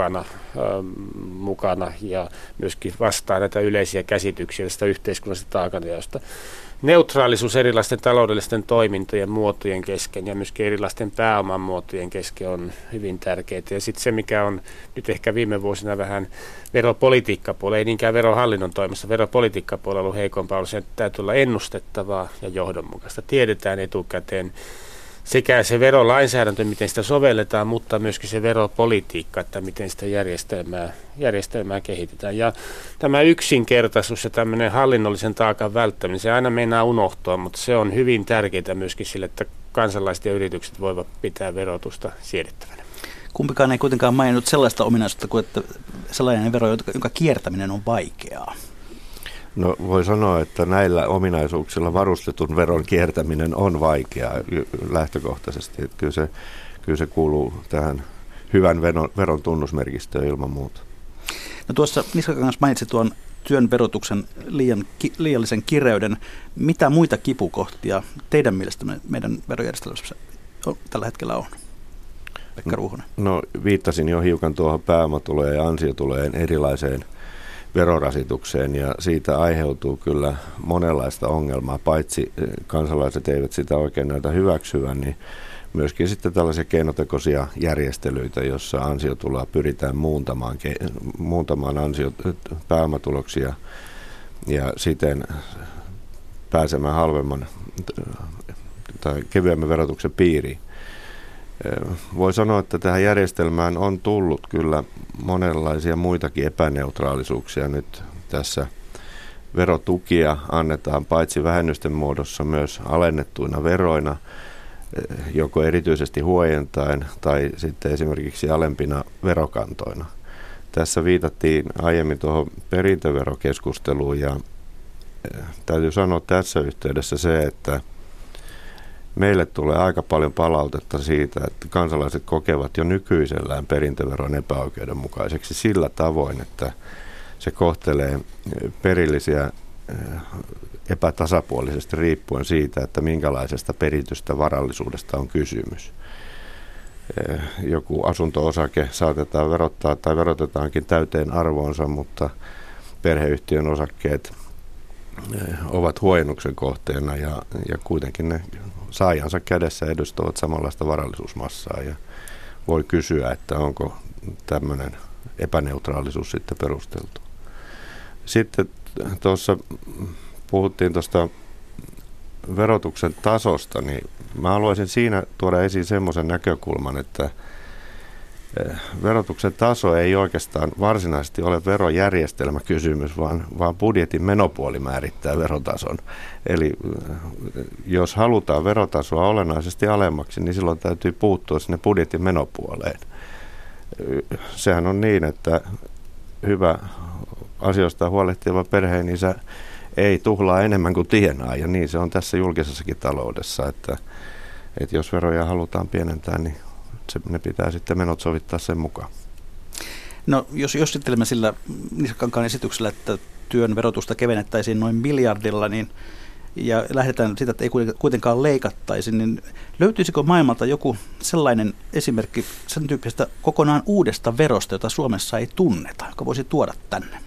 mukana ja myöskin vastaa näitä yleisiä käsityksiä tästä yhteiskunnallisesta taakanjaosta. Neutraalisuus erilaisten taloudellisten toimintojen muotojen kesken ja myöskin erilaisten pääoman muotojen kesken on hyvin tärkeää. Ja sitten se, mikä on nyt ehkä viime vuosina vähän veropolitiikkapuolella, ei niinkään verohallinnon toimessa, veropolitiikkapuolella on ollut heikompaa, on se, että täytyy olla ennustettavaa ja johdonmukaista. Tiedetään etukäteen sekä se verolainsäädäntö, miten sitä sovelletaan, mutta myöskin se veropolitiikka, että miten sitä järjestelmää kehitetään. Ja tämä yksinkertaisuus ja tämmöinen hallinnollisen taakan välttäminen, se aina meinaa unohtua, mutta se on hyvin tärkeää myöskin sille, että kansalaiset ja yritykset voivat pitää verotusta siedettävänä. Kumpikaan ei kuitenkaan maininnut sellaista ominaisuutta kuin, että sellainen vero, jonka kiertäminen on vaikeaa. No, voi sanoa, että näillä ominaisuuksilla varustetun veron kiertäminen on vaikeaa lähtökohtaisesti. Että kyllä se kuuluu tähän hyvän veron tunnusmerkistöön ilman muuta. No, tuossa Niskakangas mainitsi tuon työn verotuksen liiallisen kireyden. Mitä muita kipukohtia teidän mielestä meidän verojärjestelmässä tällä hetkellä on? Pekka Ruohonen. No, viittasin jo hiukan tuohon pääomatulojen ja ansiotulojen erilaiseen verorasitukseen ja siitä aiheutuu kyllä monenlaista ongelmaa, paitsi kansalaiset eivät sitä oikein näytä hyväksyvän, niin myöskin sitten tällaisia keinotekoisia järjestelyitä, jossa ansiotuloa pyritään muuntamaan pääomatuloksia ja siten pääsemään halvemman tai kevyemmän verotuksen piiriin. Voi sanoa, että tähän järjestelmään on tullut kyllä monenlaisia muitakin epäneutraalisuuksia nyt tässä. Verotukia annetaan paitsi vähennysten muodossa myös alennettuina veroina, joko erityisesti huojentaen tai sitten esimerkiksi alempina verokantoina. Tässä viitattiin aiemmin tuohon perintöverokeskusteluun ja täytyy sanoa tässä yhteydessä se, että meille tulee aika paljon palautetta siitä, että kansalaiset kokevat jo nykyisellään perintöveron epäoikeudenmukaiseksi sillä tavoin, että se kohtelee perillisiä epätasapuolisesti riippuen siitä, että minkälaisesta peritystä varallisuudesta on kysymys. Joku asunto-osake saatetaan verottaa tai verotetaankin täyteen arvoonsa, mutta perheyhtiön osakkeet ovat huojennuksen kohteena ja kuitenkin ne saajansa kädessä edustavat samanlaista varallisuusmassaa ja voi kysyä, että onko tämmöinen epäneutraalisuus sitten perusteltu. Sitten tuossa puhuttiin tuosta verotuksen tasosta, niin Mä haluaisin siinä tuoda esiin semmoisen näkökulman, että verotuksen taso ei oikeastaan varsinaisesti ole verojärjestelmäkysymys, vaan budjetin menopuoli määrittää verotason. Eli jos halutaan verotasoa olennaisesti alemmaksi, niin silloin täytyy puuttua sinne budjetin menopuoleen. Sehän on niin, että hyvä asioista huolehtiva perheenisä ei tuhlaa enemmän kuin tienaa, ja niin se on tässä julkisessakin taloudessa, että jos veroja halutaan pienentää, niin ne pitää sitten menot sovittaa sen mukaan. No jos josittelemme sillä Niskakankaan esityksellä, että työn verotusta kevennettäisiin noin miljardilla, niin, ja lähdetään siitä, että ei kuitenkaan leikattaisi, niin löytyisikö maailmalta joku sellainen esimerkki sen tyyppisestä kokonaan uudesta verosta, jota Suomessa ei tunneta, joka voisi tuoda tänne?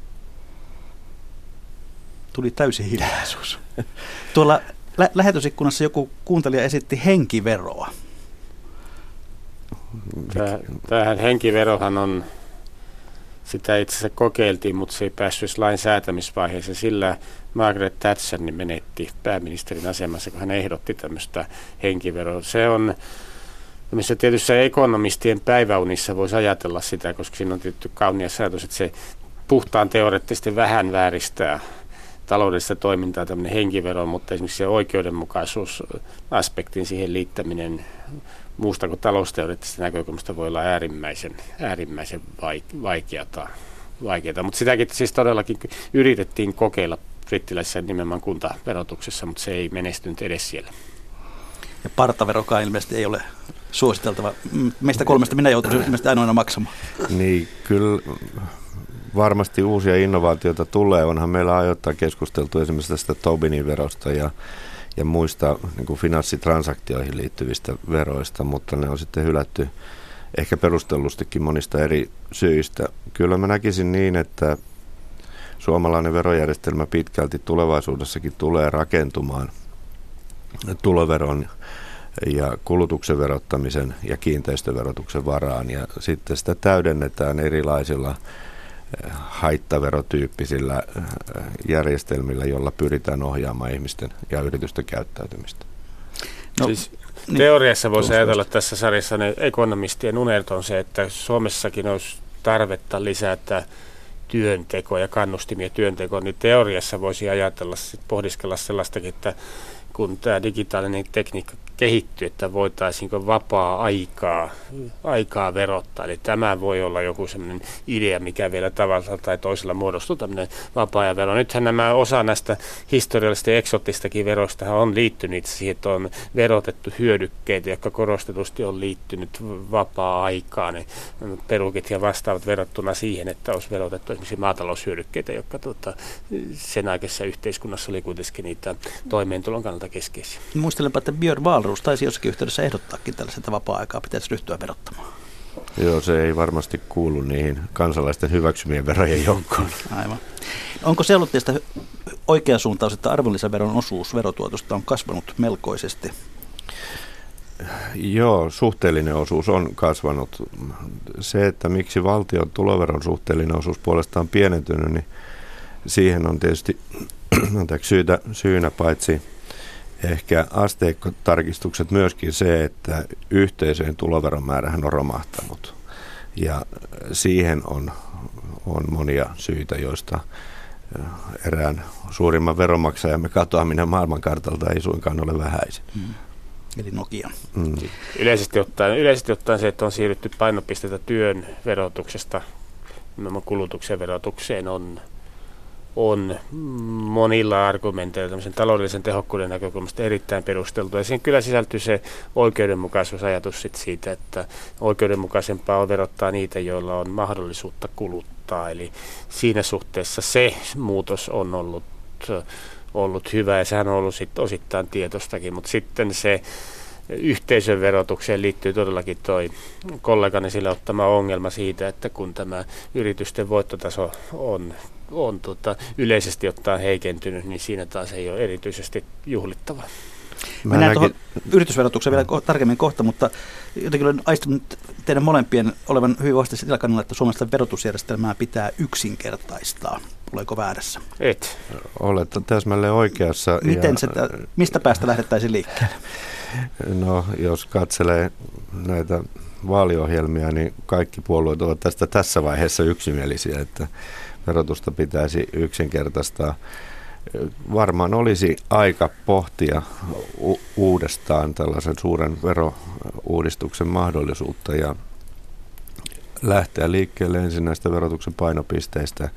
Tuli täysi hiljaisuus. Tuolla lähetysikkunassa joku kuuntelija esitti henkiveroa. Tämähän henkiverohan on, sitä itse asiassa kokeiltiin, mutta se ei päässyt lain säätämisvaiheeseen. Sillä Margaret Thatcher menetti pääministerin asemassa, kun hän ehdotti tämmöistä henkiveroa. Se on missä tietyssä ekonomistien päiväunissa voisi ajatella sitä, koska siinä on tietty kaunis ajatus, että se puhtaan teoreettisesti vähän vääristää taloudellista toimintaa tämmöinen henkivero, mutta esimerkiksi se oikeudenmukaisuusaspektin siihen liittäminen muusta kuin talousteoreettisesta näkökulmasta voi olla äärimmäisen vaikeata. Mutta sitäkin siis todellakin yritettiin kokeilla brittiläisessä nimenomaan kuntaverotuksessa, mutta se ei menestynyt edes siellä. Ja partaverokaan ilmeisesti ei ole suositeltava. Meistä kolmesta minä joutuisin ilmeisesti ainoana maksamaan. Niin, kyllä varmasti uusia innovaatioita tulee. Onhan meillä ajoittain keskusteltu esimerkiksi tästä Tobinin verosta ja muista niin kuin finanssitransaktioihin liittyvistä veroista, mutta ne on sitten hylätty ehkä perustellustikin monista eri syistä. Kyllä mä näkisin niin, että suomalainen verojärjestelmä pitkälti tulevaisuudessakin tulee rakentumaan tuloveron ja kulutuksen verottamisen ja kiinteistöverotuksen varaan, ja sitten sitä täydennetään erilaisilla haittaverotyyppisillä järjestelmillä, joilla pyritään ohjaamaan ihmisten ja yritysten käyttäytymistä. No, siis teoriassa voisi ajatella tässä sarjassa ne ekonomistien unet on se, että Suomessakin olisi tarvetta lisätä työntekoa ja kannustimia työntekoon, niin teoriassa voisi ajatella, pohdiskella sellaistakin, että kun tämä digitaalinen tekniikka kehittyy, että voitaisiinko vapaa-aikaa verottaa. Eli tämä voi olla joku sellainen idea, mikä vielä tavalla tai toisella muodostuu tämmöinen vapaa-ajan vero. Nythän nämä osa näistä historiallisista ja eksottistakin veroista on liittynyt siihen, että on verotettu hyödykkeitä, jotka korostetusti on liittynyt vapaa-aikaan. Ne perukit ja vastaavat verrattuna siihen, että olisi verotettu esimerkiksi maataloushyödykkeitä, jotka sen aikaisessa yhteiskunnassa oli kuitenkin niitä toimeentulon kannalta keskeisiä. Muistelenpa, että Björn Wahlroos taisi jossakin yhteydessä ehdottaakin tällaiset vapaa-aikaa pitäisi ryhtyä verottamaan. Joo, se ei varmasti kuulu niihin kansalaisten hyväksymien verojen joukkoon. Aivan. Onko se ollut teistä oikea suuntaus, että arvonlisäveron osuus verotuotosta on kasvanut melkoisesti? Joo, suhteellinen osuus on kasvanut. Se, että miksi valtion tuloveron suhteellinen osuus puolestaan on pienentynyt, niin siihen on tietysti syynä paitsi ehkä asteikkotarkistukset myöskin se, että yhteisöjen tuloveron määrähän on romahtanut. Ja siihen on monia syitä, joista erään suurimman veronmaksajamme katoaminen maailmankartalta ei suinkaan ole vähäisin. Eli Nokia. Yleisesti ottaen se, että on siirrytty painopisteitä työn verotuksesta kulutuksen verotukseen on monilla argumenteilla tämmöisen taloudellisen tehokkuuden näkökulmasta erittäin perusteltu. Ja siihen kyllä sisältyy se oikeudenmukaisuusajatus siitä, että oikeudenmukaisempaa on verottaa niitä, joilla on mahdollisuutta kuluttaa. Eli siinä suhteessa se muutos on ollut hyvä, ja sehän on ollut osittain tietostakin, mutta sitten se yhteisön verotukseen liittyy todellakin toi kollegani sille ottama ongelma siitä, että kun tämä yritysten voittotaso on yleisesti ottaen heikentynyt, niin siinä taas ei ole erityisesti juhlittavaa. Mennään tuohon yritysverotukseen vielä tarkemmin kohta, mutta jotenkin olen aistunut teidän molempien olevan hyvin vahvasti sillä kannalla, että suomalaista verotusjärjestelmää pitää yksinkertaistaa. Olenko väärässä? Et. Olet täsmälleen oikeassa. Mistä päästä lähdettäisiin liikkeelle? No, jos katselee näitä vaaliohjelmia, niin kaikki puolueet ovat tästä tässä vaiheessa yksimielisiä, että verotusta pitäisi yksinkertaistaa. Varmaan olisi aika pohtia uudestaan tällaisen suuren verouudistuksen mahdollisuutta ja lähteä liikkeelle ensin näistä verotuksen painopisteistä.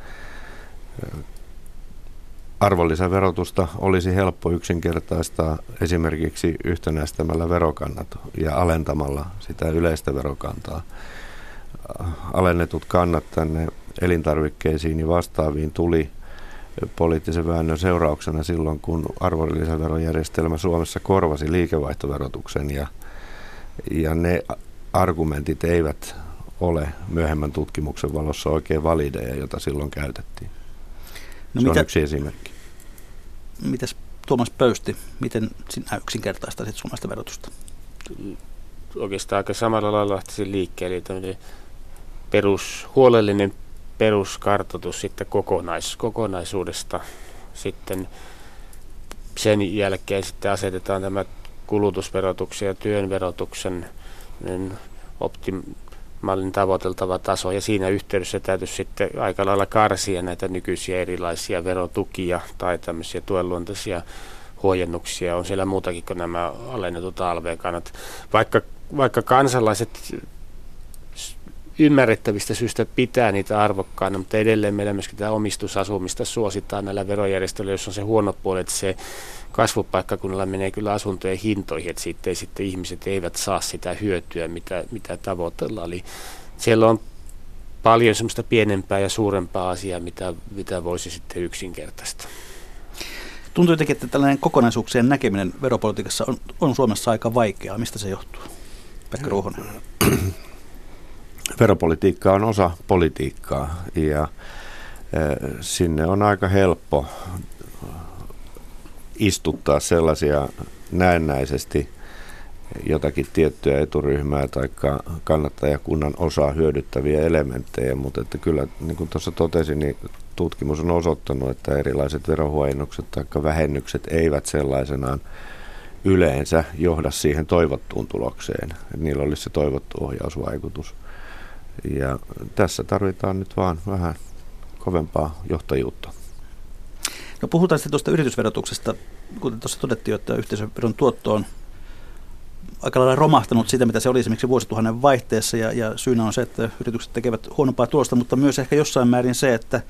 Arvonlisäverotusta olisi helppo yksinkertaistaa esimerkiksi yhtenäistämällä verokannat ja alentamalla sitä yleistä verokantaa. Alennetut kannat tänne elintarvikkeisiin ja vastaaviin tuli poliittisen väännön seurauksena silloin, kun arvonlisäverojärjestelmä Suomessa korvasi liikevaihtoverotuksen ja ne argumentit eivät ole myöhemmän tutkimuksen valossa oikein valideja, jota silloin käytettiin. Se on yksi esimerkki. Mitäs Tuomas Pöysti, miten sinä yksinkertaistaisit suomalaista verotusta? Oikeastaan aika samalla lailla lähtisin liikkeelle. Tämmöinen huolellinen peruskartoitus sitten kokonaisuudesta. Sitten sen jälkeen sitten asetetaan tämä kulutusverotuksen ja työn verotuksen optimaalinen tavoiteltava taso, ja siinä yhteydessä täytyisi sitten aika lailla karsia näitä nykyisiä erilaisia verotukia tai tämmöisiä tuenluontoisia huojennuksia. On siellä muutakin kuin nämä alennetut alv-kannat. Vaikka kansalaiset ymmärrettävistä syistä pitää niitä arvokkaana, mutta edelleen meillä myöskin tämä omistusasumista suositaan näillä verojärjestelyillä, jos on se huono puoli, että se kasvupaikkakunnalla menee kyllä asuntojen hintoihin, että sitten ihmiset eivät saa sitä hyötyä, mitä tavoitellaan. Eli siellä on paljon semmoista pienempää ja suurempaa asiaa, mitä voisi sitten yksinkertaista. Tuntuu jotenkin, että tällainen kokonaisuuksien näkeminen veropolitiikassa on Suomessa aika vaikeaa. Mistä se johtuu? Pekka Ruohonen. Veropolitiikka on osa politiikkaa ja sinne on aika helppo istuttaa sellaisia näennäisesti jotakin tiettyä eturyhmää tai kannattajakunnan osaa hyödyttäviä elementtejä, mutta että kyllä, niin kuin tuossa totesin, niin tutkimus on osoittanut, että erilaiset verohuojennukset tai vähennykset eivät sellaisenaan yleensä johda siihen toivottuun tulokseen. Niillä olisi se toivottu ohjausvaikutus. Ja tässä tarvitaan nyt vaan vähän kovempaa johtajuutta. No puhutaan sitten tuosta yritysverotuksesta. Kuten tuossa todettiin, että yhteisöveron tuotto on aika lailla romahtanut siitä, mitä se oli esimerkiksi vuosituhannen vaihteessa. Ja syynä on se, että yritykset tekevät huonompaa tulosta, mutta myös ehkä jossain määrin se, että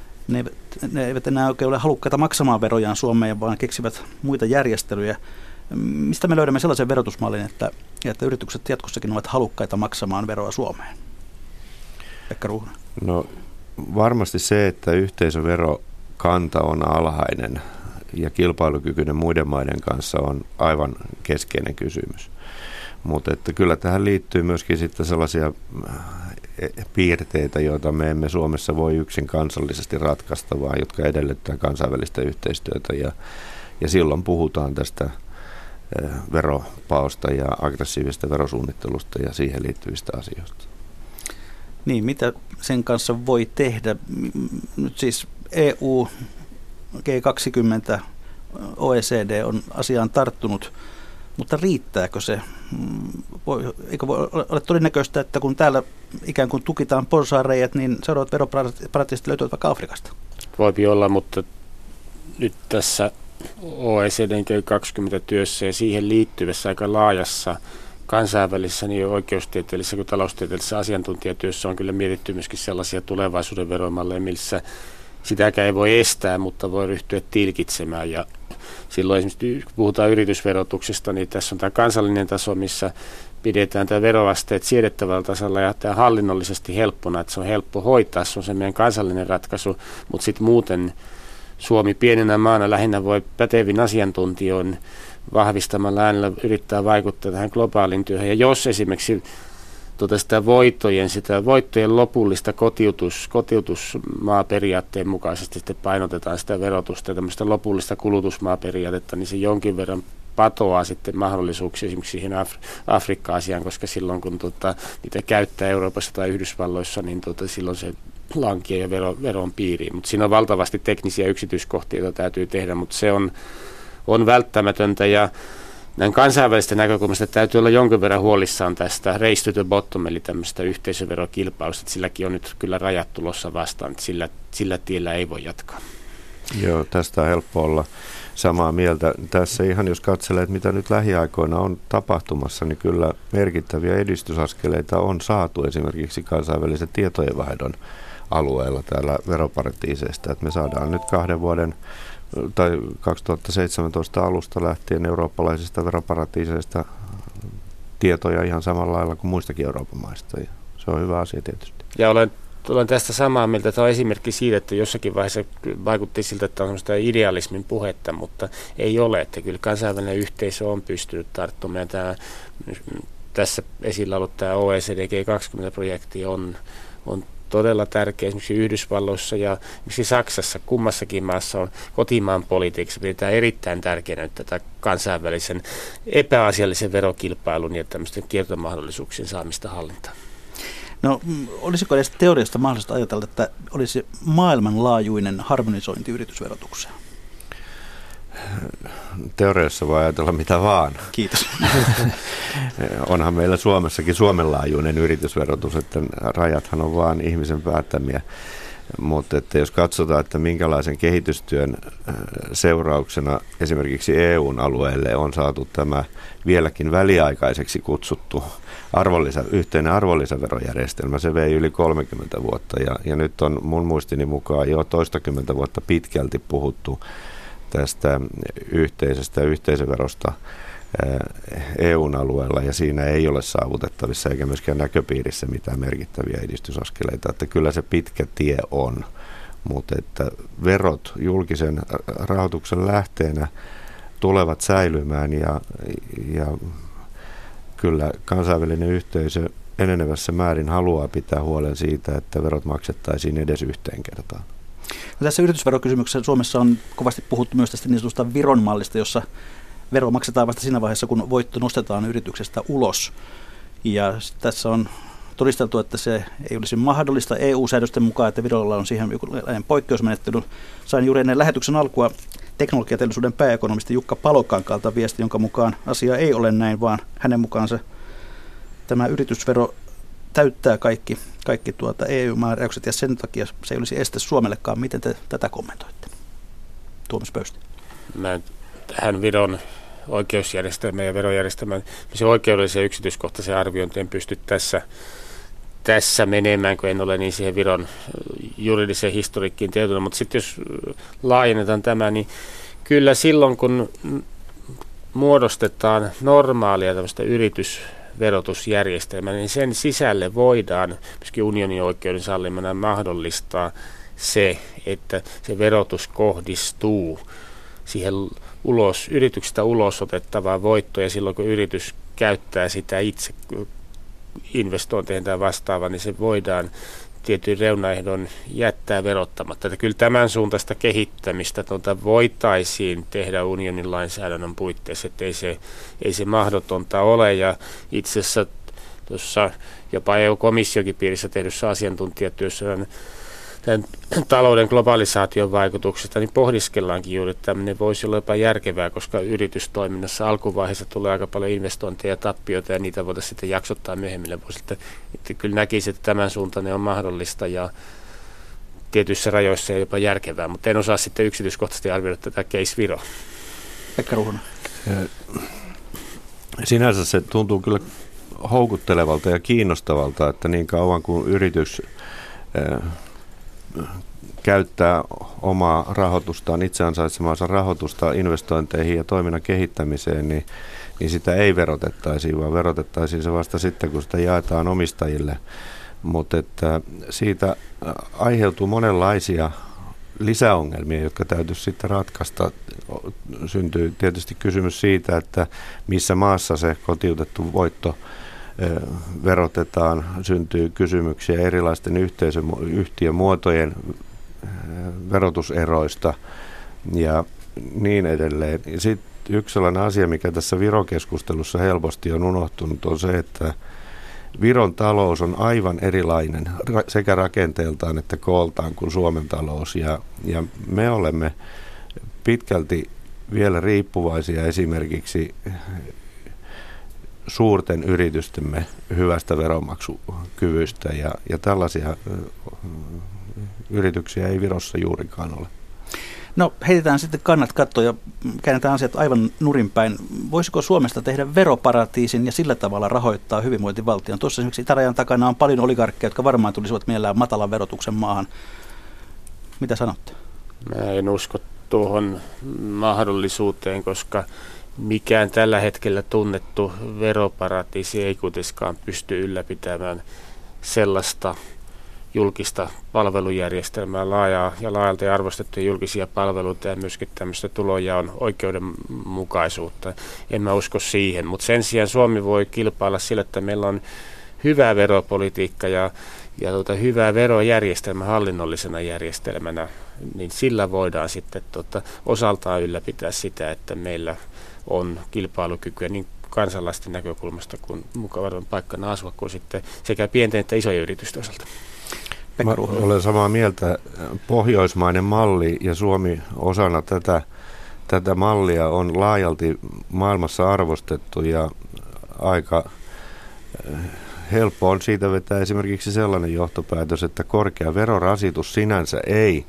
ne eivät enää oikein ole halukkaita maksamaan verojaan Suomeen, vaan keksivät muita järjestelyjä. Mistä me löydämme sellaisen verotusmallin, että yritykset jatkossakin ovat halukkaita maksamaan veroa Suomeen? Pekka Ruohonen. No varmasti se, että yhteisöverokanta on alhainen ja kilpailukykyinen muiden maiden kanssa on aivan keskeinen kysymys. Mutta että kyllä tähän liittyy myöskin sitten sellaisia piirteitä, joita me emme Suomessa voi yksin kansallisesti ratkaista, vaan jotka edellyttää kansainvälistä yhteistyötä ja silloin puhutaan tästä veropaosta ja aggressiivisesta verosuunnittelusta ja siihen liittyvistä asioista. Niin, mitä sen kanssa voi tehdä? Nyt siis EU, G20, OECD on asiaan tarttunut, mutta riittääkö se? Eikö ole todennäköistä, että kun täällä ikään kuin tukitaan porsaanreiät, niin seuraavat veroparatiisit löytyvät vaikka Afrikasta? Voipi olla, mutta nyt tässä OECDn G20-työssä ja siihen liittyvässä aika laajassa kansainvälisessä niin oikeustieteellisessä kuin taloustieteellisessä asiantuntijatyössä on kyllä mietitty myöskin sellaisia tulevaisuuden veromalleja, missä sitäkään ei voi estää, mutta voi ryhtyä tilkitsemään. Ja silloin esimerkiksi kun puhutaan yritysverotuksesta, niin tässä on tämä kansallinen taso, missä pidetään tämä veroasteet siedettävällä tasolla ja tämä hallinnollisesti helppona, että se on helppo hoitaa, se on se meidän kansallinen ratkaisu, mutta sitten muuten Suomi pienenä maana lähinnä voi pätevin asiantuntijoin vahvistamalla äänellä yrittää vaikuttaa tähän globaalin työhön. Ja jos esimerkiksi sitä voittojen lopullista kotiutusmaaperiaatteen mukaisesti sitten painotetaan sitä verotusta ja tämmöistä lopullista kulutusmaaperiaatetta, niin se jonkin verran patoaa sitten mahdollisuuksia esimerkiksi siihen Afrikka-asiaan, koska silloin kun niitä käyttää Euroopassa tai Yhdysvalloissa, niin silloin se lankee ja veron piiriin. Mutta siinä on valtavasti teknisiä yksityiskohtia, joita täytyy tehdä, mutta se on välttämätöntä ja näin kansainvälistä näkökulmasta täytyy olla jonkin verran huolissaan tästä race to the bottom, eli tämmöistä yhteisöverokilpailusta, että silläkin on nyt kyllä rajat tulossa vastaan, että sillä tiellä ei voi jatkaa. Joo, tästä on helppo olla samaa mieltä. Tässä ihan jos katselee, että mitä nyt lähiaikoina on tapahtumassa, niin kyllä merkittäviä edistysaskeleita on saatu esimerkiksi kansainvälisen tietojenvaihdon alueella täällä veroparatiiseista, että me saadaan nyt 2 vuoden tai 2017 alusta lähtien eurooppalaisista veroparatiiseista tietoja ihan samalla lailla kuin muistakin Euroopan maista. Ja se on hyvä asia tietysti. Ja olen tästä samaa mieltä. Tämä on esimerkki siitä, että jossakin vaiheessa vaikutti siltä, että on sellaista idealismin puhetta, mutta ei ole. Että kyllä kansainvälinen yhteisö on pystynyt tarttumaan. Tässä esillä ollut tämä OECD G20-projekti on todella tärkeä esimerkiksi Yhdysvalloissa ja esimerkiksi Saksassa, kummassakin maassa on kotimaan politiikassa pidetään erittäin tärkeänä nyt tätä kansainvälisen epäasiallisen verokilpailun ja tämmöisten kiertomahdollisuuksien saamista hallintaan. No, olisiko edes teoriasta mahdollista ajatella, että olisi maailmanlaajuinen harmonisointi yritysverotukseen? Teoriassa voi ajatella mitä vaan. Kiitos. Onhan meillä Suomessakin Suomenlaajuinen yritysverotus, että rajathan on vaan ihmisen päättämiä. Mutta että jos katsotaan, että minkälaisen kehitystyön seurauksena esimerkiksi EUn alueelle on saatu tämä vieläkin väliaikaiseksi kutsuttu yhteinen arvonlisäverojärjestelmä, se vei yli 30 vuotta ja nyt on mun muistini mukaan jo toistakymmentä vuotta pitkälti puhuttu tästä yhteisestä yhteisöverosta EUn alueella ja siinä ei ole saavutettavissa eikä myöskään näköpiirissä mitään merkittäviä edistysaskeleita, että kyllä se pitkä tie on, mutta että verot julkisen rahoituksen lähteenä tulevat säilymään ja kyllä kansainvälinen yhteisö enenevässä määrin haluaa pitää huolen siitä, että verot maksettaisiin edes yhteen kertaan. No, tässä yritysverokysymyksessä Suomessa on kovasti puhuttu myös tästä niin sanotusta Viron mallista, jossa vero maksetaan vasta siinä vaiheessa, kun voitto nostetaan yrityksestä ulos. Ja tässä on todisteltu, että se ei olisi mahdollista EU-säädösten mukaan, että Virolla on siihen joku poikkeusmenettely. Sain juuri ennen lähetyksen alkua teknologiateollisuuden pääekonomisti Jukka Palokankaalta viesti, jonka mukaan asia ei ole näin, vaan hänen mukaansa tämä yritysvero täyttää kaikki EU-määräykset ja sen takia se ei olisi este Suomellekaan. Miten te tätä kommentoitte? Tuomas Pöysti. Mä tähän Viron oikeusjärjestelmän ja verojärjestelmän oikeudellisen yksityiskohtaisen arviointiin en pysty tässä menemään, kun en ole niin siihen Viron juridiseen historiikkiin tietynä. Mutta sitten jos laajennetaan tämä, niin kyllä silloin kun muodostetaan normaalia tämmöistä yritysverotusjärjestelmää, niin sen sisälle voidaan myöskin unionin oikeuden sallimana mahdollistaa se, että se verotus kohdistuu siihen yrityksestä ulos otettavaa voittoa ja silloin kun yritys käyttää sitä itse investointeihin tai vastaavaa, niin se voidaan tietyin reunaehdon jättää verottamatta. Että kyllä tämän suuntaista kehittämistä voitaisiin tehdä unionin lainsäädännön puitteissa, että ei se mahdotonta ole ja itse asiassa tuossa jopa EU-komissiokin piirissä tehdyssä asiantuntijatyössä tämän talouden globalisaation vaikutuksesta, niin pohdiskellaankin juuri, että tämmöinen voisi olla jopa järkevää, koska yritystoiminnassa alkuvaiheessa tulee aika paljon investointeja ja tappioita, ja niitä voitaisiin sitten jaksottaa myöhemmille vuosille. Että kyllä näkisi, että tämän suuntainen on mahdollista, ja tietyissä rajoissa ei jopa järkevää, mutta en osaa sitten yksityiskohtaisesti arvioida tätä case Viro. Pekka Ruhonen. Sinänsä se tuntuu kyllä houkuttelevalta ja kiinnostavalta, että niin kauan kuin yritys käyttää omaa rahoitustaan, itse ansaitsemaansa rahoitusta investointeihin ja toiminnan kehittämiseen, niin sitä ei verotettaisi, vaan verotettaisiin se vasta sitten, kun sitä jaetaan omistajille. Mutta että siitä aiheutuu monenlaisia lisäongelmia, jotka täytyisi sitten ratkaista. Syntyy tietysti kysymys siitä, että missä maassa se kotiutettu voitto verotetaan, syntyy kysymyksiä erilaisten yhtiömuotojen verotuseroista ja niin edelleen. Sitten yksi sellainen asia, mikä tässä Viro-keskustelussa helposti on unohtunut, on se, että Viron talous on aivan erilainen sekä rakenteeltaan että kooltaan kuin Suomen talous. Ja me olemme pitkälti vielä riippuvaisia esimerkiksi suurten yritystemme hyvästä veronmaksukyvystä. Ja tällaisia yrityksiä ei Virossa juurikaan ole. No heitetään sitten kannat kattoon ja käännetään asiat aivan nurinpäin. Voisiko Suomesta tehdä veroparatiisin ja sillä tavalla rahoittaa hyvinvointivaltion? Tuossa esimerkiksi itärajan takana on paljon oligarkkeja, jotka varmaan tulisivat mielellään matalan verotuksen maahan. Mitä sanotte? Mä en usko tuohon mahdollisuuteen, koska mikään tällä hetkellä tunnettu veroparatiisi ei kuitenkaan pysty ylläpitämään sellaista julkista palvelujärjestelmää, laajalta ja arvostettuja julkisia palveluita ja myöskin tämmöistä tulojaon oikeudenmukaisuutta. En mä usko siihen, mutta sen sijaan Suomi voi kilpailla sillä, että meillä on hyvä veropolitiikka ja hyvä verojärjestelmä hallinnollisena järjestelmänä, niin sillä voidaan sitten osaltaan ylläpitää sitä, että meillä on kilpailukykyä niin kansalaisten näkökulmasta kuin mukavan paikkana asua kuin sitten sekä pienten että isojen yritysten osalta. Mä olen samaa mieltä. Pohjoismainen malli ja Suomi osana tätä mallia on laajalti maailmassa arvostettu ja aika helppo on siitä vetää esimerkiksi sellainen johtopäätös, että korkea verorasitus sinänsä ei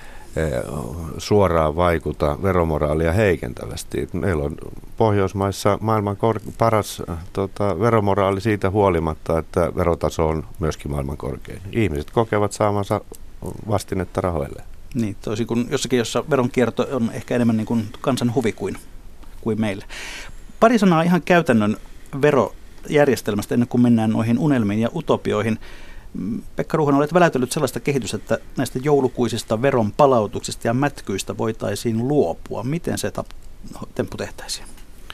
suoraan vaikuta veromoraalia heikentävästi. Meillä on Pohjoismaissa maailman paras veromoraali siitä huolimatta, että verotaso on myöskin maailman korkein. Ihmiset kokevat saamansa vastinetta rahoille. Niin, toisin kuin jossakin, jossa veronkierto on ehkä enemmän niin kuin kansan huvi kuin meillä. Pari sanaa ihan käytännön verojärjestelmästä ennen kuin mennään noihin unelmiin ja utopioihin. Pekka Ruohonen, olet väläytellyt sellaista kehitystä, että näistä joulukuisista veron palautuksista ja mätkyistä voitaisiin luopua. Miten se temppu tehtäisiin?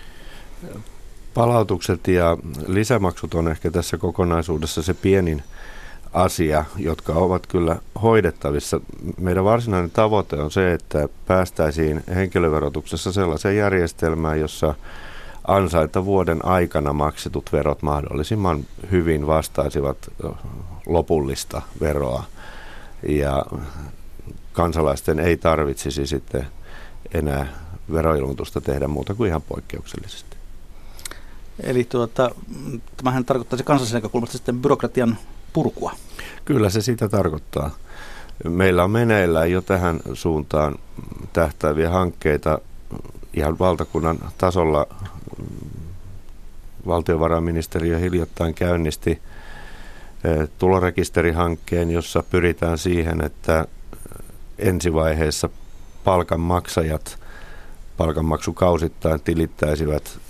Palautukset ja lisämaksut on ehkä tässä kokonaisuudessa se pienin asia, jotka ovat kyllä hoidettavissa. Meidän varsinainen tavoite on se, että päästäisiin henkilöverotuksessa sellaiseen järjestelmään, jossa ansaintavuoden aikana maksetut verot mahdollisimman hyvin vastaisivat lopullista veroa ja kansalaisten ei tarvitsisi sitten enää veroilmoitusta tehdä muuta kuin ihan poikkeuksellisesti. Eli tämähän tarkoittaisi kansallisen näkökulmasta sitten byrokratian purkua. Kyllä se sitä tarkoittaa. Meillä on meneillään jo tähän suuntaan tähtääviä hankkeita ihan valtakunnan tasolla. Valtiovarainministeriö hiljattain käynnisti tulorekisterihankkeen, jossa pyritään siihen, että ensivaiheessa palkanmaksajat palkanmaksukausittain tilittäisivät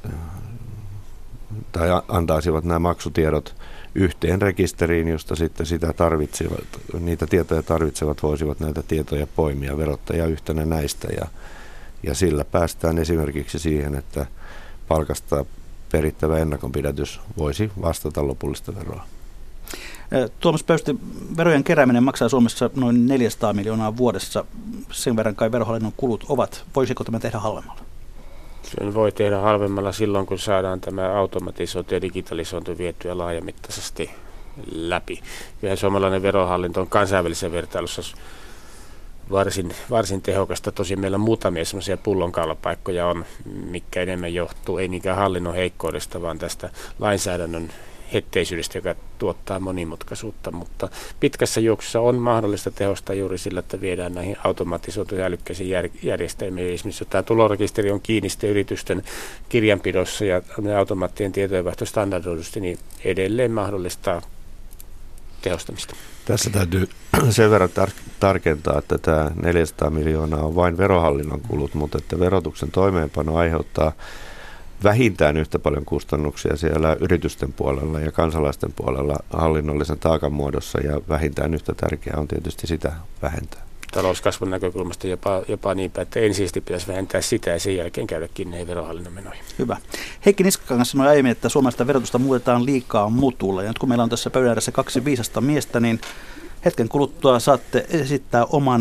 tai antaisivat nämä maksutiedot yhteen rekisteriin, josta sitten niitä tietoja tarvitsevat voisivat näitä tietoja poimia, verottaja yhtenä näistä ja sillä päästään esimerkiksi siihen, että palkasta perittävä ennakonpidätys voisi vastata lopullista veroa. Tuomas Pöysti, verojen kerääminen maksaa Suomessa noin 400 miljoonaa vuodessa. Sen verran kai verohallinnon kulut ovat. Voisiko tämä tehdä halvemmalla? Sen voi tehdä halvemmalla silloin, kun saadaan tämä automatisointi ja digitalisointi vietyä laajamittaisesti läpi. Kyllähän suomalainen verohallinto on kansainvälisessä vertailussa varsin tehokasta. Tosin meillä muutamia sellaisia pullonkaulapaikkoja on, mikä enemmän johtuu ei niinkään hallinnon heikkoudesta, vaan tästä lainsäädännön hetteisyydestä, joka tuottaa monimutkaisuutta, mutta pitkässä juoksussa on mahdollista tehostaa juuri sillä, että viedään näihin automatisoituja älykkäisiin järjestelmiin. Esimerkiksi tämä tulorekisteri on kiinni yritysten kirjanpidossa ja automaattien tietojenvaihto standardoidusti, niin edelleen mahdollistaa tehostamista. Tässä täytyy sen verran tarkentaa, että tämä 400 miljoonaa on vain verohallinnon kulut, mutta että verotuksen toimeenpano aiheuttaa vähintään yhtä paljon kustannuksia siellä yritysten puolella ja kansalaisten puolella hallinnollisen taakan muodossa, ja vähintään yhtä tärkeää on tietysti sitä vähentää. Talouskasvun näkökulmasta jopa niinpä, että ensisijaisesti pitäisi vähentää sitä ja sen jälkeen käydä kiinni verohallinnon menoihin. Hyvä. Heikki Niskakangas sanoi aiemmin, että suomalaista verotusta muutetaan liikaa mutulla. Ja nyt kun meillä on tässä pöydän ääressä kaksi viisasta miestä, niin hetken kuluttua saatte esittää oman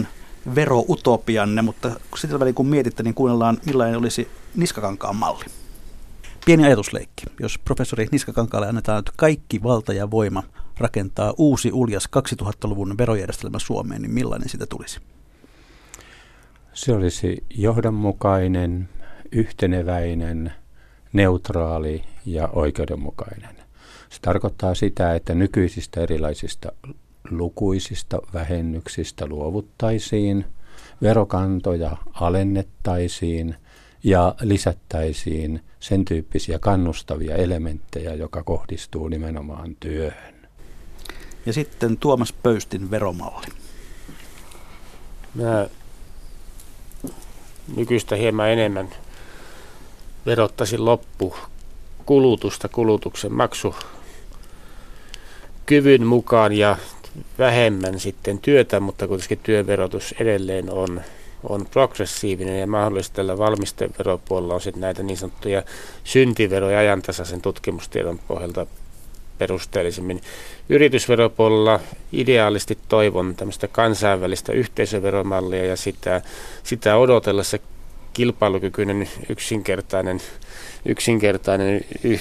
veroutopianne, mutta sitten väliin kun mietitte, niin kuunnellaan millainen olisi Niskakankaan malli. Pieni ajatusleikki. Jos professori Niskakankaalle annetaan nyt kaikki valta ja voima rakentaa uusi uljas 2000-luvun verojärjestelmä Suomeen, niin millainen siitä tulisi? Se olisi johdonmukainen, yhteneväinen, neutraali ja oikeudenmukainen. Se tarkoittaa sitä, että nykyisistä erilaisista lukuisista vähennyksistä luovuttaisiin, verokantoja alennettaisiin ja lisättäisiin sen tyyppisiä kannustavia elementtejä, joka kohdistuu nimenomaan työhön. Ja sitten Tuomas Pöystin veromalli. Mä nykyistä hieman enemmän verottaisin kulutusta kulutuksen maksukyvyn mukaan ja vähemmän sitten työtä, mutta kuitenkin työverotus edelleen on progressiivinen ja mahdollisesti tällä valmisteveropuolella on sitten näitä niin sanottuja syntiveroja ajantasaisen tutkimustiedon pohjalta perusteellisemmin. Yritysveropuolella ideaalisti toivon tämmöistä kansainvälistä yhteisöveromallia ja sitä odotellessa kilpailukykyinen yksinkertainen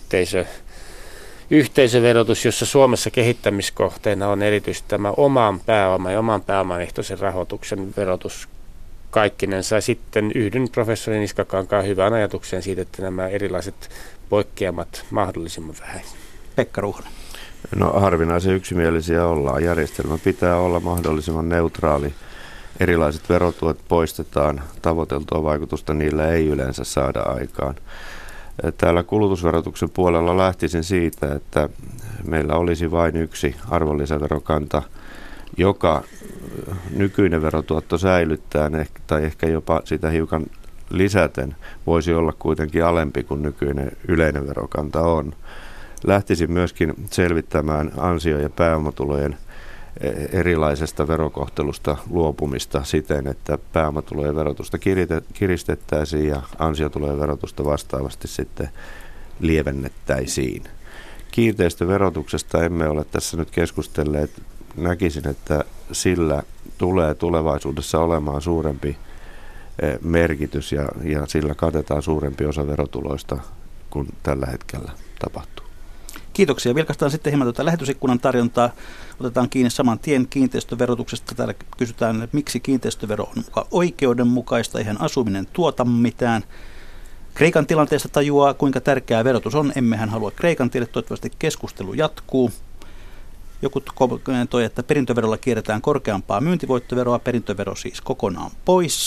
yhteisöverotus, jossa Suomessa kehittämiskohteena on erityisesti tämä oman pääoman ja oman pääomaehtoisen rahoituksen verotus kaikkinensa. Ja sitten yhdyn professori Niskakankaan hyvään ajatukseen siitä, että nämä erilaiset poikkeamat mahdollisimman vähän. Pekka Ruohonen. No harvinaisen yksimielisiä ollaan. Järjestelmä pitää olla mahdollisimman neutraali. Erilaiset verotuet poistetaan, tavoiteltua vaikutusta niillä ei yleensä saada aikaan. Täällä kulutusverotuksen puolella lähtisin siitä, että meillä olisi vain yksi arvonlisäverokanta, joka nykyinen verotuotto säilyttäen tai ehkä jopa sitä hiukan lisäten voisi olla kuitenkin alempi kuin nykyinen yleinen verokanta on. Lähtisin myöskin selvittämään ansio- ja pääomatulojen erilaisesta verokohtelusta luopumista siten, että pääomatulojen verotusta kiristettäisiin ja ansiotulojen verotusta vastaavasti sitten lievennettäisiin. Kiinteistöverotuksesta emme ole tässä nyt keskustelleet. Näkisin, että sillä tulee tulevaisuudessa olemaan suurempi merkitys ja sillä katetaan suurempi osa verotuloista kuin tällä hetkellä tapahtuu. Kiitoksia. Vilkaistaan sitten hieman lähetysikkunan tarjontaa. Otetaan kiinni saman tien kiinteistöverotuksesta. Täällä kysytään, että miksi kiinteistövero on mukaan oikeudenmukaista, eihän asuminen tuota mitään. Kreikan tilanteesta tajuaa, kuinka tärkeää verotus on. Emmehän halua Kreikan tielle. Toivottavasti keskustelu jatkuu. Joku kommentoi, että perintöverolla kierretään korkeampaa myyntivoittoveroa. Perintövero siis kokonaan pois.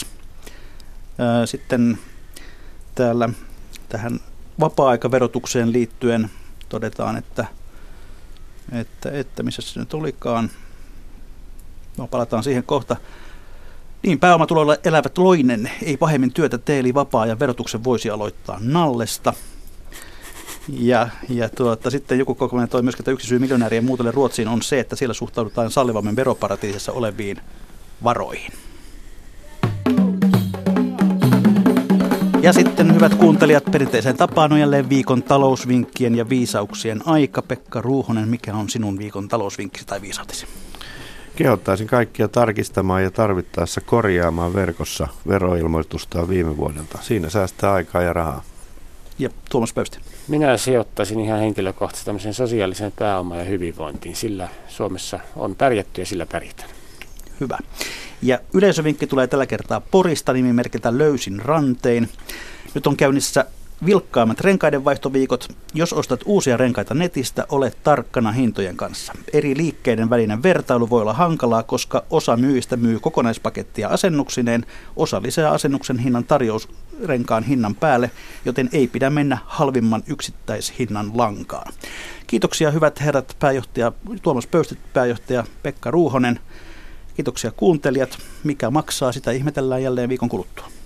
Sitten täällä tähän vapaa-aikaverotukseen liittyen todetaan, että missä se nyt olikaan. No, palataan siihen kohta. Niin, pääomatuloilla elävät loinen ei pahemmin työtä tee, eli vapaa-ajan verotuksen voisi aloittaa nallesta. Ja sitten joku kommentoi myöskin, että yksi syy miljonäärien muutolle Ruotsiin on se, että siellä suhtaudutaan sallivammin veroparatiisissa oleviin varoihin. Ja sitten, hyvät kuuntelijat, perinteiseen tapaan on jälleen viikon talousvinkkien ja viisauksien aika. Pekka Ruohonen, mikä on sinun viikon talousvinkkisi tai viisautesi? Kehottaisin kaikkia tarkistamaan ja tarvittaessa korjaamaan verkossa veroilmoitustaan viime vuodelta. Siinä säästää aikaa ja rahaa. Ja Tuomas Pöysti. Minä sijoittaisin ihan henkilökohtaisesti tämmöiseen sosiaaliseen pääomaan ja hyvinvointiin. Sillä Suomessa on pärjätty ja sillä pärjätään. Hyvä. Ja yleisövinkki tulee tällä kertaa Porista, nimimerkiltä Löysin rantein. Nyt on käynnissä vilkkaimmat renkaiden vaihtoviikot. Jos ostat uusia renkaita netistä, ole tarkkana hintojen kanssa. Eri liikkeiden välinen vertailu voi olla hankalaa, koska osa myyjistä myy kokonaispakettia asennuksineen, osa lisää asennuksen hinnan tarjousrenkaan hinnan päälle, joten ei pidä mennä halvimman yksittäishinnan lankaan. Kiitoksia hyvät herrat, pääjohtaja Tuomas Pöysti, pääjohtaja Pekka Ruohonen. Kiitoksia kuuntelijat. Mikä maksaa, sitä ihmetellään jälleen viikon kuluttua.